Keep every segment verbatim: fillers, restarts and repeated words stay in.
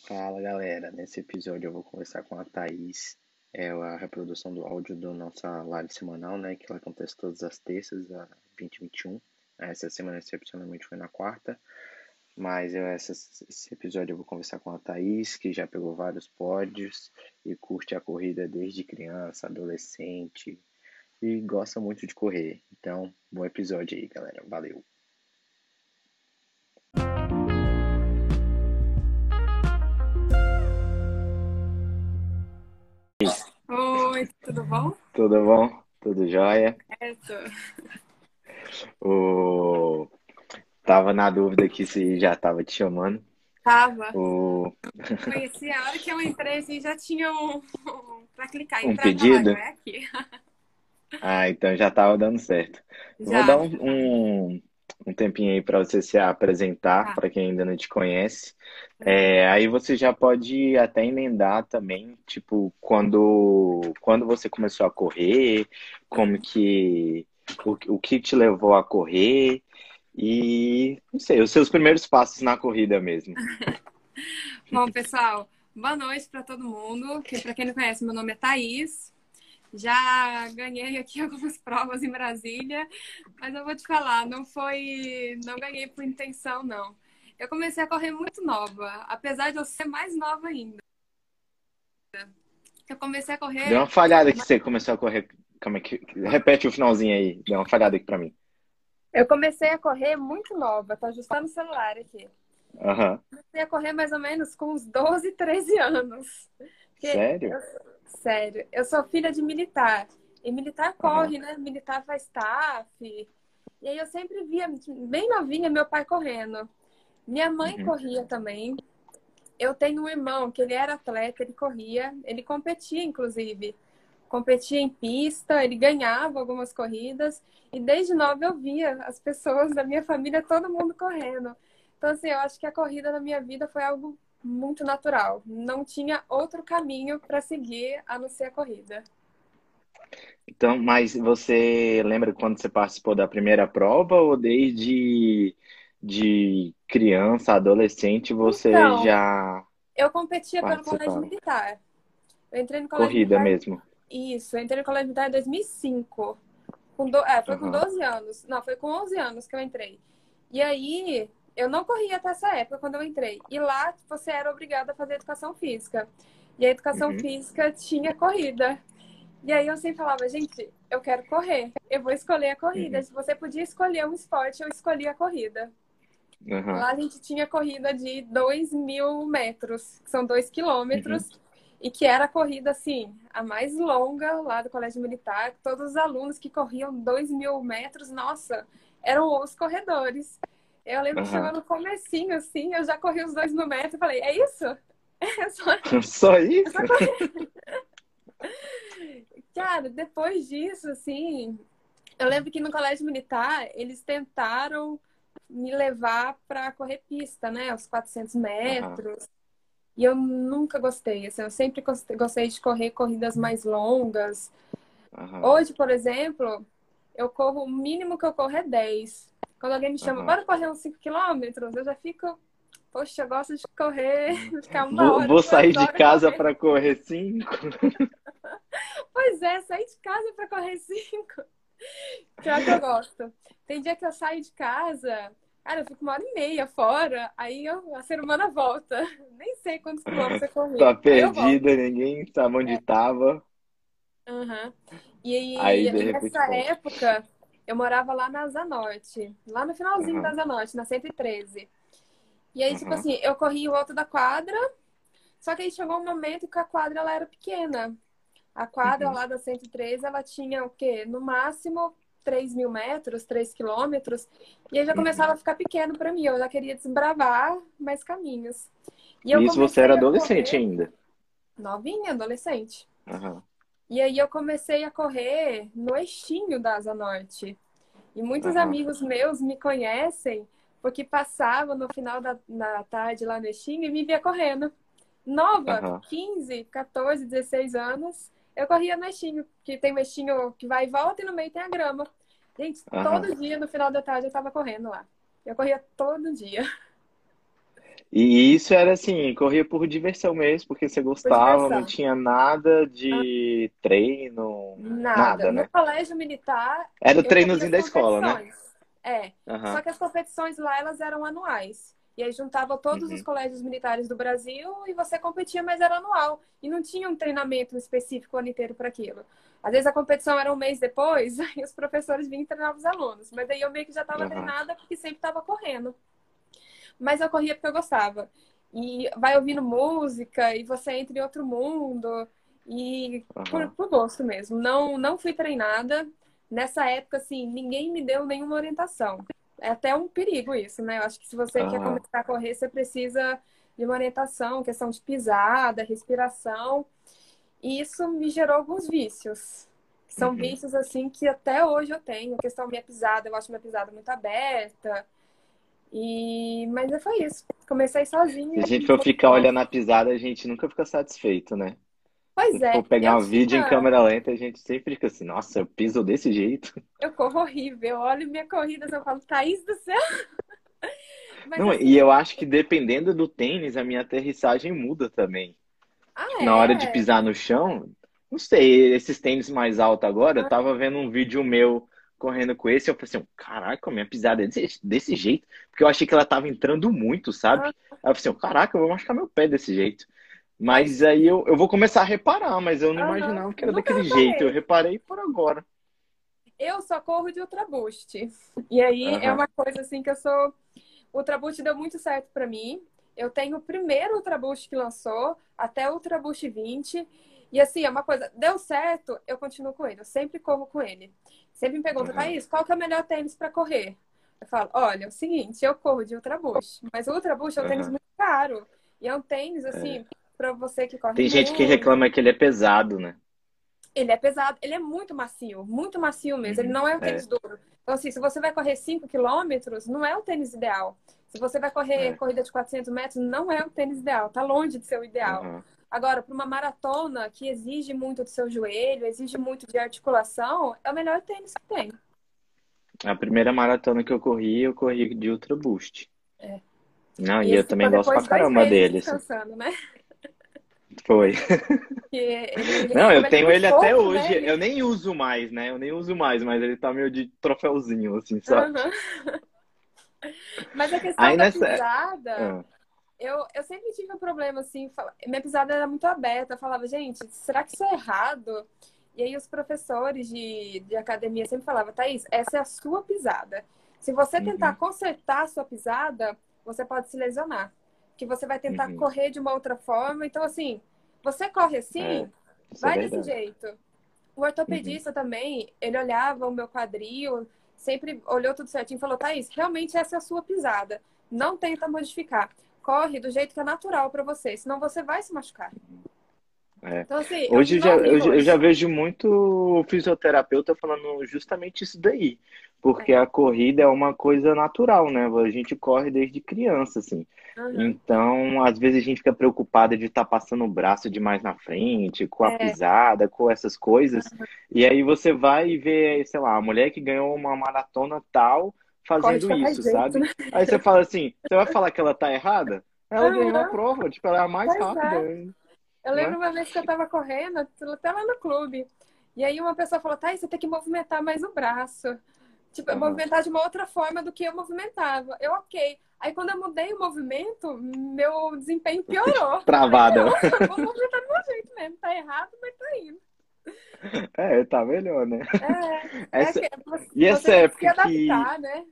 Fala galera, nesse episódio eu vou conversar com a Thaís, é a reprodução do áudio da nossa live semanal, né, que ela acontece todas as terças, a vinte e vinte e um. Essa semana excepcionalmente foi na quarta, mas eu, essa, esse episódio eu vou conversar com a Thaís, que já pegou vários pódios e curte a corrida desde criança, adolescente e gosta muito de correr. Então, bom episódio aí galera, valeu! Oi, tudo bom? Tudo bom? Tudo jóia? Certo. O... Tava na dúvida aqui se já tava te chamando. Tava. O... Conheci a hora que eu entrei, assim, já tinha um, um para clicar, Um entrar na live, pedido? é aqui. Ah, então já tava dando certo. Eu vou dar Já. um, um, um tempinho aí para você se apresentar, Tá. para quem ainda não te conhece. Uhum. É, aí você já pode até emendar também, tipo, quando, quando você começou a correr, como Uhum. que, o, o que te levou a correr e, não sei, os seus primeiros passos na corrida mesmo. Bom, pessoal, boa noite para todo mundo. Que para quem não conhece, meu nome é Thaís. Já ganhei aqui algumas provas em Brasília, mas eu vou te falar, não foi, não ganhei por intenção, não. Eu comecei a correr muito nova, apesar de eu ser mais nova ainda. Eu comecei a Deu correr. uma falhada que você começou a correr. Como é que... Repete o finalzinho aí. Deu uma falhada aqui pra mim. Eu comecei a correr muito nova, tô ajustando o celular aqui. Aham. Comecei a correr mais ou menos com uns doze, treze anos. Porque, Sério? eu- sério, eu sou filha de militar. E militar Aham. corre, né? Militar faz staff. E aí eu sempre via, bem novinha, meu pai correndo. Minha mãe Uhum. corria também. Eu tenho um irmão que ele era atleta, ele corria, ele competia, inclusive. Competia em pista, ele ganhava algumas corridas. E desde nova eu via as pessoas da minha família, todo mundo correndo. Então, assim, eu acho que a corrida na minha vida foi algo muito natural. Não tinha outro caminho para seguir a não ser a corrida. Então, mas você lembra quando você participou da primeira prova ou desde de criança, adolescente, você Então, já eu competia pelo colégio participava? militar. Eu entrei no colégio Corrida militar. mesmo. Isso, eu entrei no colégio militar em dois mil e cinco. Com do... é, foi com Aham. doze anos. Não, foi com onze anos que eu entrei. E aí, eu não corria até essa época quando eu entrei. E lá, você era obrigada a fazer educação física. E a educação Uhum. física tinha corrida. E aí eu sempre falava, gente, eu quero correr. Eu vou escolher a corrida. Uhum. Se você podia escolher um esporte, eu escolhi a corrida. Aham. Lá a gente tinha corrida de dois mil metros, que são dois Uhum. quilômetros, e que era a corrida, assim, a mais longa lá do Colégio Militar. Todos os alunos que corriam dois mil metros, nossa, eram os corredores. Eu lembro que chegou Aham. no comecinho, assim, eu já corri os dois mil metros e falei, é isso? É só, Só é isso? só correr. Cara, depois disso, assim, eu lembro que no Colégio Militar, eles tentaram me levar para correr pista, né? Os quatrocentos Aham. metros. E eu nunca gostei. Assim, eu sempre gostei gostei de correr corridas mais longas. Aham. Hoje, por exemplo, eu corro, o mínimo que eu corro é dez. Quando alguém me chama, Aham. bora correr uns cinco quilômetros, eu já fico, poxa, eu gosto de correr, ficar uma Vou, hora, vou duas sair de horas casa correndo. para correr cinco. Pois é, sair de casa para correr cinco. Pior que eu gosto. Tem dia que eu saio de casa, cara, eu fico uma hora e meia fora, aí eu, a ser humana volta. Nem sei quantos quilômetros você Tá correu. Aí eu volto. perdida, ninguém sabe onde tava. Uhum. E, Aí e de repente nessa volta. época, eu morava lá na Asa Norte, lá no finalzinho da Aham. Asa Norte, na cento e treze. E aí, tipo Aham. assim, eu corri em volta da quadra, só que aí chegou um momento que a quadra ela era pequena. A quadra Uhum. lá da cento e treze, ela tinha o quê? No máximo três mil metros, três quilômetros. E aí já começava Uhum. a ficar pequeno para mim. Eu já queria desbravar mais caminhos. E eu E isso você era comecei a adolescente correr ainda. novinha, adolescente. Aham. E aí eu comecei a correr no eixinho da Asa Norte. E muitos Aham. amigos meus me conhecem porque passavam no final da, da tarde lá no eixinho e me via correndo. Nova, Aham. quinze, quatorze, dezesseis anos, eu corria no eixinho, que tem um eixinho que vai e volta e no meio tem a grama. Gente, Aham. todo dia no final da tarde eu tava correndo lá. Eu corria todo dia. E isso era assim, corria por diversão mesmo, porque você Por gostava, não diversão. tinha nada de treino, Nada. nada, No né? colégio militar, Era o eu corria treinozinho as da escola, né? competições. É. Só Aham. que as competições lá, elas eram anuais. E aí juntava todos os Uhum. colégios militares do Brasil e você competia, mas era anual. E não tinha um treinamento específico o ano inteiro para aquilo. Às vezes a competição era um mês depois, e os professores vinham treinar os alunos. Mas aí eu meio que já estava Aham. treinada porque sempre estava correndo. Mas eu corria porque eu gostava. E vai ouvindo música e você entra em outro mundo. E por, Aham. por gosto mesmo. Não, não fui treinada. Nessa época, assim, ninguém me deu nenhuma orientação. É até um perigo isso, né? Eu acho que se você quer Aham. começar a correr, você precisa de uma orientação, questão de pisada, respiração. E isso me gerou alguns vícios. São Uhum. vícios, assim, que até hoje eu tenho. A questão da minha pisada, eu acho minha pisada muito aberta. E... Mas foi isso. Comecei Se sozinha a gente e for foi ficar bom. olhando a pisada, a gente nunca fica satisfeito, né? Se Pois for é, pegar eu um vídeo em tinha. câmera lenta, a gente sempre fica assim, nossa, eu piso desse jeito. Eu corro horrível. Eu olho minha corrida e eu falo, Thaís do céu. Mas Não, e assim, eu acho que dependendo do tênis, a minha aterrissagem muda também. ah, Tipo, na hora de é? pisar no chão, não sei, esses tênis mais altos agora, eu Ah, tava vendo um vídeo meu correndo com esse, eu falei assim, caraca, minha pisada é desse, desse jeito, porque eu achei que ela tava entrando muito, sabe? ah, Aí eu falei assim, caraca, eu vou machucar meu pé desse jeito. Mas mas aí eu, eu vou começar a reparar, mas eu não aham, imaginava que era nunca daquele jeito, eu reparei. reparei por agora. Eu só corro de Ultra Boost. E aí é Aham, uma coisa assim que eu sou. O Ultra Boost deu muito certo pra mim. Eu tenho o primeiro Ultra Boost que lançou, até o Ultra Boost vinte. E assim, é uma coisa, deu certo, eu continuo com ele. Eu sempre corro com ele. Sempre me pergunta, aham, Thaís, qual que é o melhor tênis pra correr? Eu falo, olha, é o seguinte, eu corro de Ultra Boost, mas o Ultra Boost é um tênis aham. muito caro. E é um tênis, É. assim, pra você que corre Tem gente que muito. reclama que ele é pesado, né? Ele é pesado, ele é muito macio, muito macio mesmo. Ele Uhum, não é um tênis é, duro. Então, assim, se você vai correr cinco quilômetros, não é o tênis ideal. Se você vai correr é. corrida de quatrocentos metros, não é o tênis ideal. Tá longe de ser o ideal. Aham. Agora, para uma maratona que exige muito do seu joelho, exige muito de articulação, é o melhor tênis que tem. A primeira maratona que eu corri, eu corri de Ultra Boost. É. Não, E e eu esse também ficou gosto depois pra de dois caramba meses dele, assim. descansando, né? Foi. Porque ele, Não, eu como ele é tenho muito ele até fofo, né? hoje. Ele... Eu nem uso mais, né? Eu nem uso mais, mas ele tá meio de troféuzinho, assim, sabe? Uhum. Mas a questão Aí da nessa. pisada, Ah, Eu, eu sempre tive um problema assim, fala- minha pisada era muito aberta. Eu falava, gente, será que isso é errado? E aí os professores de, de academia sempre falavam, Thaís, essa é a sua pisada. Se você tentar uhum, consertar a sua pisada, você pode se lesionar. Que você vai tentar uhum. correr de uma outra forma. Então, assim, você corre É, assim, isso é vai desse verdade. jeito. O Uhum, ortopedista também, ele olhava o meu quadril, sempre olhou tudo certinho e falou, Thaís, realmente essa é a sua pisada. Não tenta modificar. Corre do jeito que é natural para você, senão você vai se machucar. é. Então, assim, eu Hoje eu já, eu, domino já eu já hoje. vejo muito fisioterapeuta falando justamente isso daí. Porque É. a corrida é uma coisa natural, né? A gente corre desde criança, assim. Uhum. Então, às vezes a gente fica preocupada de estar passando o braço demais na frente, com a É. pisada, com essas coisas. E aí você vai e vê, sei lá, a mulher que ganhou uma maratona tal Corre de fazendo qualquer isso, jeito, sabe? né? Aí você fala assim, você vai falar que ela tá errada? Ela ganhou a Uhum. prova, tipo, ela é a mais Pois rápida, é. Eu lembro né? uma vez que eu tava correndo, até lá no clube. E aí uma pessoa falou, Thaís, você tem que movimentar mais o braço. Tipo, Aham. movimentar de uma outra forma do que eu movimentava. Eu, ok. Aí quando eu mudei o movimento, meu desempenho piorou. Eu falei, Travada. não, vou movimentar do meu jeito mesmo. Tá errado, mas tá indo. É, tá melhor, né? É, é Essa, que e você essa tem que se época que. adaptar, né?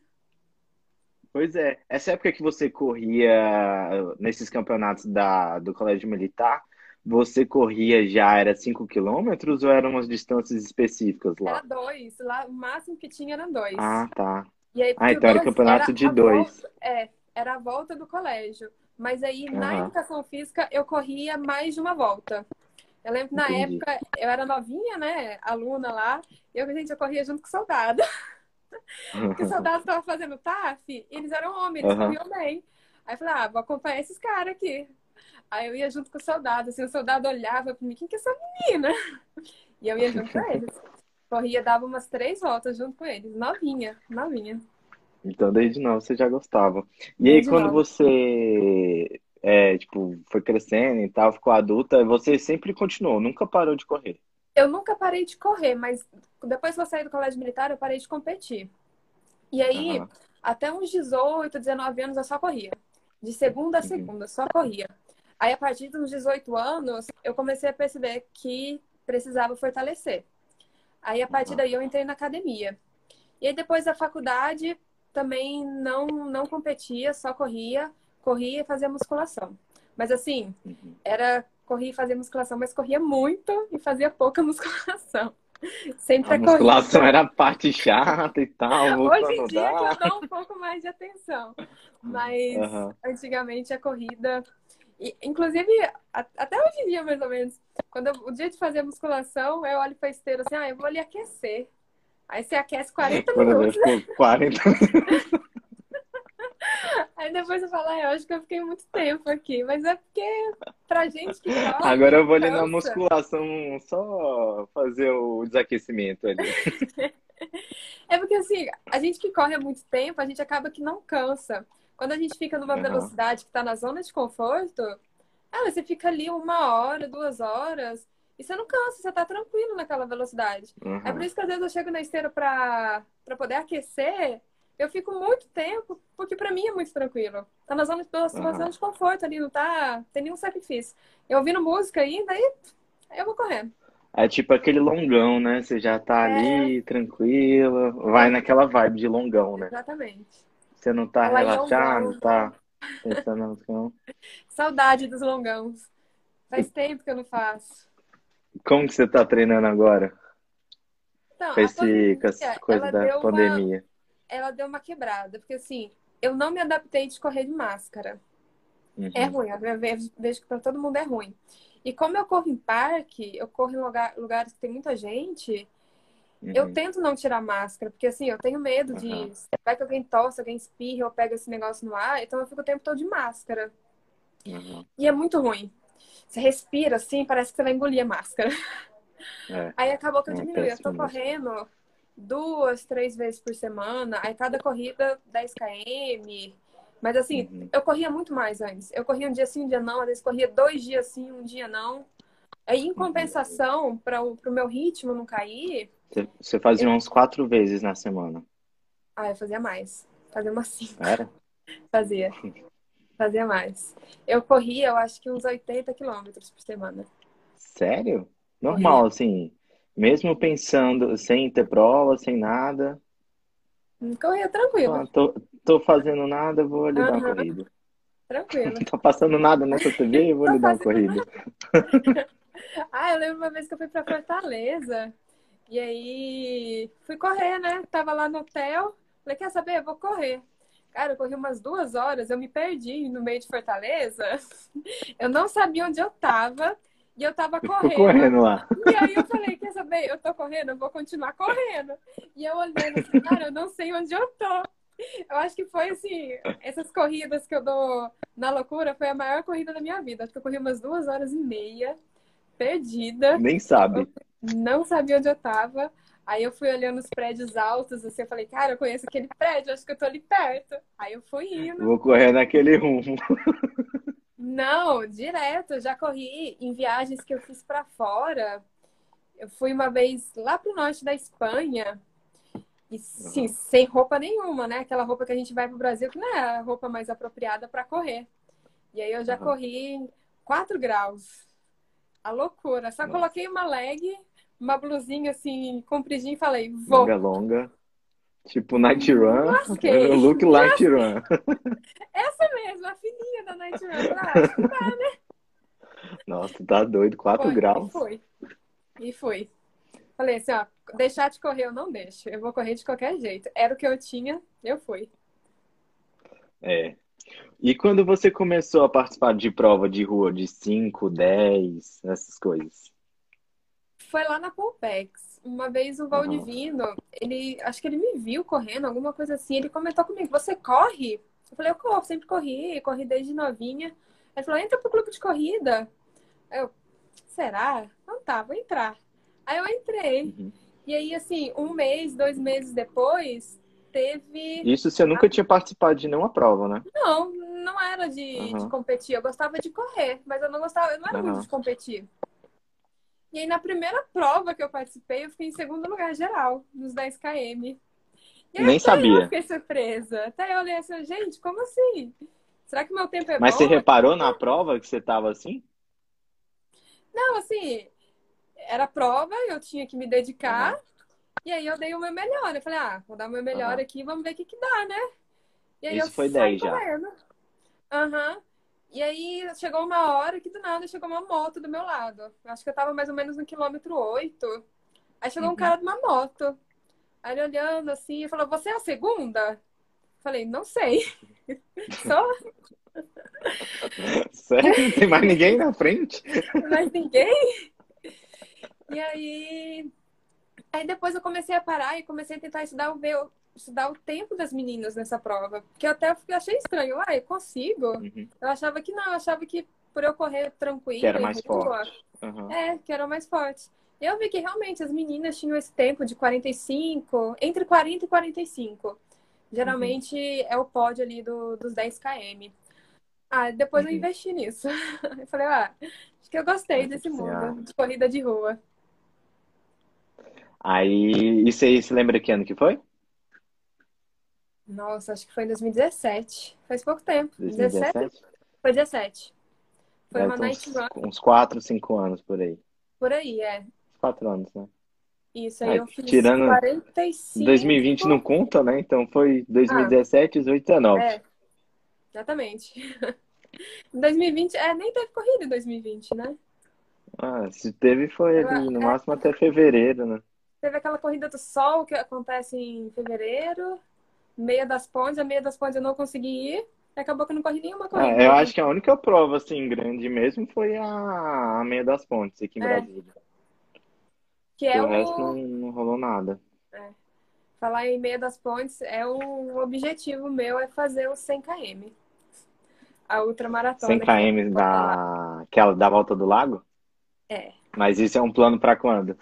Pois é, essa época que você corria nesses campeonatos da, do Colégio Militar, você corria já era cinco quilômetros ou eram umas distâncias específicas lá? Era dois. Lá, o máximo que tinha eram dois. Ah, tá. E aí, Ah, porque o então era doze campeonato era de a dois. volta, é, era a volta do colégio. Mas aí, na Aham, educação física, eu corria mais de uma volta. Eu lembro que na entendi. época eu era novinha, né? Aluna lá. E eu, gente, eu corria junto com o soldado. Porque os soldados estavam fazendo T A F e eles eram homens, eles Aham. corriam bem. Aí eu falei, ah, vou acompanhar esses caras aqui. Aí eu ia junto com o soldado, assim, o soldado olhava pra mim, quem que é essa menina? E eu ia junto com eles. Corria, dava umas três voltas junto com eles. Novinha, novinha. Então, desde novo você já gostava. E aí, Desde quando nova. você, é, tipo, foi crescendo e tal, ficou adulta, você sempre continuou, nunca parou de correr. Eu nunca parei de correr, mas depois que eu saí do colégio militar, eu parei de competir. E aí, Aham. até uns dezoito, dezenove anos, eu só corria. De segunda a Uhum. segunda, só corria. Aí, a partir dos dezoito anos, eu comecei a perceber que precisava fortalecer. Aí, a partir Aham. daí, eu entrei na academia. E aí, depois da faculdade, também não, não competia, só corria, corria e fazia musculação. Mas assim, Uhum. era corria e fazia musculação, mas corria muito e fazia pouca musculação. Sempre A a musculação corrida. era a parte chata e tal, Hoje voltando em a dia que eu dar. dou um pouco mais de atenção, mas Aham. antigamente a corrida, e, inclusive a- até hoje em dia mais ou menos, quando eu- o dia de fazer musculação, eu olho para a esteira assim, ah, eu vou ali aquecer. Aí você aquece quarenta Quando você minutos. ficou quarenta. Aí depois eu falo, ah, eu acho que eu fiquei muito tempo aqui, mas é porque pra gente que Agora corre, eu vou ali na cansa. musculação só fazer o desaquecimento ali. É porque assim, a gente que corre há muito tempo, a gente acaba que não cansa. Quando a gente fica numa Aham. velocidade que tá na zona de conforto, ah, você fica ali uma hora, duas horas, e você não cansa, você tá tranquilo naquela velocidade. É por Aham. isso que às vezes eu chego na esteira pra, pra poder aquecer, eu fico muito tempo, porque pra mim é muito tranquilo. Tá na zona, tô na zona Aham. de conforto ali, não tá, tem nenhum sacrifício. Eu ouvindo música ainda, aí eu vou correndo. É tipo aquele longão, né? Você já tá É, ali, tranquila, vai é, naquela vibe de longão, né? exatamente. Você não tá Falar em relaxado, longão, tá pensando no cão. saudade dos longãos. Faz tempo que eu não faço. Como que você tá treinando agora? Então, Com a esse, com essa pandemia, coisa ela da deu uma, pandemia. ela deu uma quebrada, porque assim, eu não me adaptei de correr de máscara. É Uhum, ruim, eu vejo, vejo que para todo mundo é ruim. E como eu corro em parque, eu corro em lugar, lugares que tem muita gente, eu uhum, tento não tirar máscara, porque assim, eu tenho medo aham, de. Vai que alguém tosse, alguém espirra, eu pego esse negócio no ar, então eu fico o tempo todo de máscara. aham. E é muito ruim. Você respira assim, parece que você vai engolir a máscara. É, Aí acabou que eu não é diminui. Eu tô péssimo mesmo. correndo duas, três vezes por semana. Aí cada corrida dez quilômetros. Mas assim, Uhum, eu corria muito mais antes. Eu corria um dia sim, um dia não. Às vezes corria dois dias sim, um dia não. Aí, em uhum. compensação, para o pro meu ritmo não cair, Você, você fazia eu... uns quatro vezes na semana. Ah, eu fazia mais. Fazia umas cinco. Era? Fazia. Fazia mais. Eu corria, eu acho que uns oitenta quilômetros por semana. Sério? Corria. Normal, assim. Mesmo pensando sem ter prova, sem nada. Corria tranquilo. Tô, tô, tô fazendo nada, vou ali dar uma Aham, corrida. tranquilo. Não tá passando nada nessa T V, eu vou Tô lhe dar uma fazendo corrida. Ah, eu lembro uma vez que eu fui pra Fortaleza. E aí fui correr, né? Tava lá no hotel. Falei, quer saber? Eu vou correr. Cara, eu corri umas duas horas, eu me perdi no meio de Fortaleza. Eu não sabia onde eu tava. E eu tava E ficou correndo. correndo lá. E aí eu falei, quer saber? Eu tô correndo, eu vou continuar correndo. E eu olhando assim, cara, eu não sei onde eu tô. Eu acho que foi assim, essas corridas que eu dou na loucura foi a maior corrida da minha vida. Acho que eu corri umas duas horas e meia perdida. Nem Eu sabe. não sabia onde eu tava. Aí eu fui olhando os prédios altos, assim, eu falei, cara, eu conheço aquele prédio, acho que eu tô ali perto. Aí eu fui indo. Vou correr naquele rumo. Não, direto, eu já corri em viagens que eu fiz pra fora. Eu fui uma vez lá pro norte da Espanha, e sim, Uhum, sem roupa nenhuma, né? Aquela roupa que a gente vai pro Brasil, que não é a roupa mais apropriada pra correr. E aí eu já uhum. corri quatro graus. A loucura. Só Nossa. coloquei uma leg, uma blusinha assim, compridinha e falei, vou. Manga longa. Tipo Night Me Run. lasquei. Look Light Run. Essa mesmo, a filhinha da Night Run. Falei, ah, acho que dá. Nossa, tá doido. Quatro Foi. E graus. foi. E foi. Falei assim, ó, deixar de correr eu não deixo. Eu vou correr de qualquer jeito. Era o que eu tinha, eu fui. É. E quando você começou a participar de prova de rua de cinco, dez, essas coisas? Foi lá na Polpex. Uma vez o Aham, Valdivino, ele, acho que ele me viu correndo, alguma coisa assim. Ele comentou comigo, você corre? Eu falei, eu corro, sempre corri, corri desde novinha. Ele falou, entra pro clube de corrida. Eu, será? Não tá, vou entrar. Aí eu entrei. uhum, E aí, assim, um mês, dois meses depois, teve... Isso você nunca tinha participado de nenhuma prova, né? Não, não era de, de Aham, competir. Eu gostava de correr, mas eu não gostava, eu não era muito aham. de competir. E aí, na primeira prova que eu participei, eu fiquei em segundo lugar geral, nos dez quilômetros. E aí Nem até eu sabia. fiquei surpresa. Até eu olhei assim, gente, como assim? Será que meu tempo é Mas você bom? reparou na prova que você tava assim? Não, assim, era prova, eu tinha que me dedicar. Aham, E aí eu dei o meu melhor. Eu falei, ah, vou dar o meu melhor aham. aqui, vamos ver o que que dá, né? E aí eu Isso foi saí dez já. correndo. Aham. E aí chegou uma hora que do nada chegou uma moto do meu lado. Eu acho que eu tava mais ou menos no quilômetro oito. Aí chegou um Uhum. cara de uma moto. Aí ele olhando assim, e falou, você é a segunda? Eu falei, não sei. Só Sério? Tem mais ninguém na frente? mais ninguém. E aí, aí depois eu comecei a parar e comecei a tentar estudar o, ver, estudar o tempo das meninas nessa prova. Porque eu até achei estranho. Ah, eu consigo? Uhum. Eu achava que não, eu achava que por eu correr Que era tranquila em mais rua, forte. Aham, é, que eram mais fortes. E eu vi que realmente as meninas tinham esse tempo de quarenta e cinco, entre quarenta e quarenta e cinco. uhum, Geralmente é o pódio ali do, dos dez quilômetros. Ah, depois eu uhum. investi nisso. Eu falei, ah, acho que eu gostei Aí, desse tipo assim, mundo ah. de corrida de rua. Aí, isso aí, você lembra que ano que foi? Nossa, acho que foi em dois mil e dezessete. Faz pouco tempo. dezessete? dois mil e dezessete? Foi dezessete. Foi Deve uma ter night uns, run uns quatro, cinco anos por aí. por aí, é. Quatro anos, né? Isso aí É, eu fiz tirando quarenta e dois mil e vinte não cinco. conta, né? Então foi dois mil e Ah, dezessete, dezoito, dezenove. é, exatamente. Em dois mil e vinte, é, nem teve corrida em dois mil e vinte, né? Ah, se teve foi Eu, ali, no é, máximo até fevereiro, né? teve aquela corrida do sol que acontece em fevereiro, meia das pontes, a meia das pontes eu não consegui ir, e acabou que eu não corri nenhuma corrida É, em eu novembro. acho que a única prova, assim, grande mesmo foi a, a Meia das Pontes aqui em É, Brasília. que Que é o resto não, o. não rolou nada. É, falar em meia das pontes é um objetivo meu, é fazer os cem quilômetros. A cem ultramaratona que vai quilômetros acontecer lá. da, aquela, da volta do lago? É. Mas isso é um plano para quando?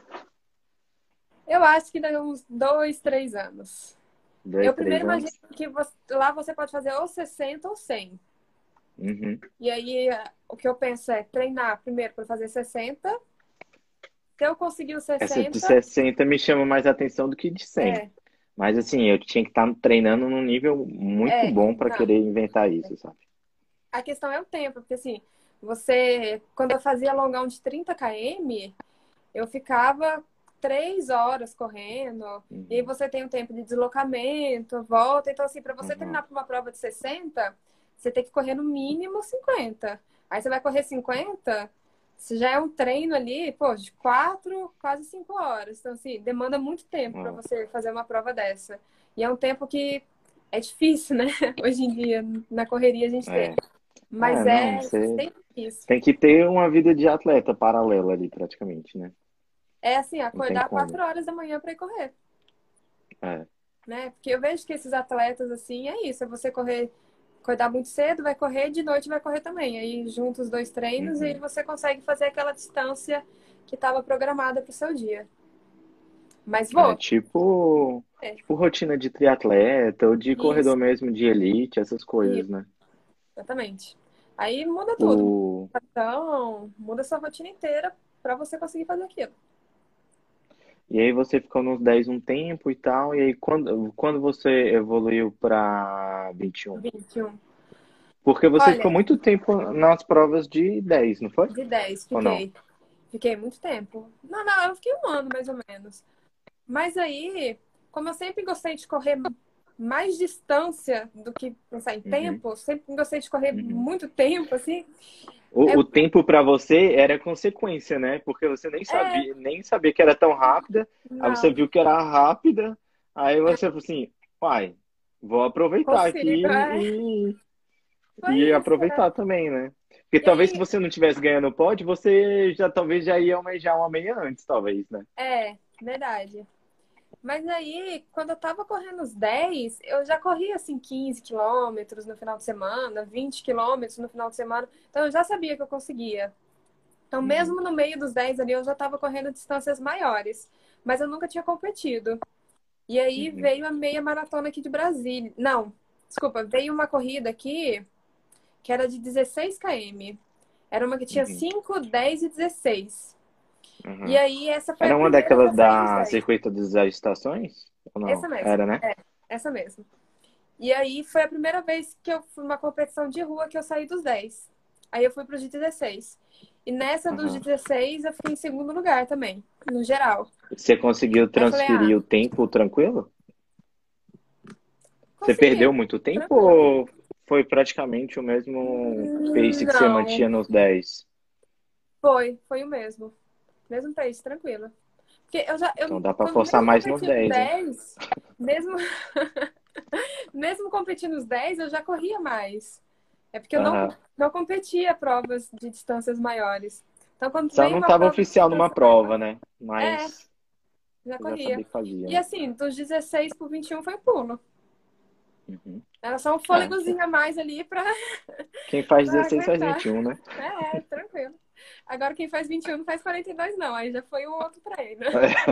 Eu acho que daqui a uns dois, três anos. Dois, Eu três primeiro imagino anos? que você- lá você pode fazer ou sessenta ou cem. Uhum. E aí, o que eu penso é treinar primeiro para fazer sessenta. Se eu conseguir os Essa de sessenta, sessenta me chama mais atenção do que de cem. é, Mas assim, eu tinha que estar treinando num nível muito é, bom para não. querer inventar isso, sabe? A questão é o tempo, porque assim, você, quando eu fazia longão de trinta quilômetros, eu ficava três horas correndo, e aí Uhum. você tem um tempo de deslocamento, volta. Então, assim, para você Uhum. terminar para uma prova de sessenta, você tem que correr no mínimo cinquenta. Aí você vai correr cinquenta, se já é um treino ali, pô, de quatro, quase cinco horas. Então, assim, demanda muito tempo para É. você fazer uma prova dessa. E é um tempo que é difícil, né? Hoje em dia, na correria a gente ter. É. Mas Ah, não, é você sempre isso. tem que ter uma vida de atleta paralela ali, praticamente, né? É assim, Não tem acordar como. quatro horas da manhã para ir correr. É. Né? Porque eu vejo que esses atletas, assim, é isso. É você correr, acordar muito cedo, vai correr, de noite vai correr também. Aí junta os dois treinos e Uhum. você consegue fazer aquela distância que estava programada para o seu dia. Mas É vou. tipo, É, tipo rotina de triatleta ou de isso, corredor mesmo de elite, essas isso, coisas, né? exatamente. Aí muda tudo. O... Então, muda sua rotina inteira para você conseguir fazer aquilo. E aí você ficou nos dez um tempo e tal, e aí quando, quando você evoluiu para vinte e um? vinte e um. Porque você ficou Olha, muito tempo nas provas de dez, não foi? de dez Ou não? fiquei. Fiquei muito tempo. Não, não, eu fiquei um ano mais ou menos. Mas aí, como eu sempre gostei de correr mais distância do que pensar em Uhum, tempo, sempre gostei de correr uhum. muito tempo, assim. O, É, o tempo para você era consequência, né? Porque você nem é sabia, nem sabia que era tão rápida. Aí você não, viu que era rápida. Aí você falou assim, pai, vou aproveitar aqui consigo. É, e, foi e isso. aproveitar também, né? Porque E talvez se aí, você não tivesse ganhando o pódio, você já talvez já ia almejar uma meia antes, talvez, né? é, verdade. Mas aí, quando eu tava correndo os dez, eu já corria assim quinze quilômetros no final de semana, vinte quilômetros no final de semana. Então eu já sabia que eu conseguia. Então, Uhum. mesmo no meio dos dez ali, eu já tava correndo distâncias maiores. Mas eu nunca tinha competido. E aí Uhum. veio a meia maratona aqui de Brasília. Não, desculpa, veio uma corrida aqui que era de dezesseis quilômetros. Era uma que tinha Uhum. cinco, dez e dezesseis. E Uhum. aí essa foi a Era uma primeira que eu daquelas saí dos da dez. Circuito das Estações? Ou Essa não? mesmo. Era, né? É, essa mesmo. E aí foi a primeira vez que eu fui numa competição de rua que eu saí dos dez. Aí eu fui pro de dezesseis. E nessa dos de Uhum. dezesseis eu fiquei em segundo lugar também, no geral. Você conseguiu Aí eu falei, ah, transferir o tempo tranquilo? Você consegui, perdeu muito tempo tranquilo. ou foi praticamente o mesmo pace que você Não, mantinha nos dez? foi, foi o mesmo. Mesmo pace, tranquilo. Porque eu já, Então eu, dá pra quando forçar mesmo mais nos competi no dez, hein? dez, mesmo, mesmo competindo nos dez, eu já corria mais. É porque eu não, Aham. não competia provas de distâncias maiores. Então, quando Só vem não uma estava prova de oficial numa distância maior, prova, né? é, Mas já você já corria. sabia que fazia, E né? assim, dos dezesseis pro vinte e um foi pulo. Uhum. Era só um É, que- fôlegozinho a mais ali pra, quem faz pra dezesseis faz aguentar. vinte e um, né? É, tranquilo. Agora quem faz vinte e um não faz quarenta e dois, não. Aí já foi um outro treino.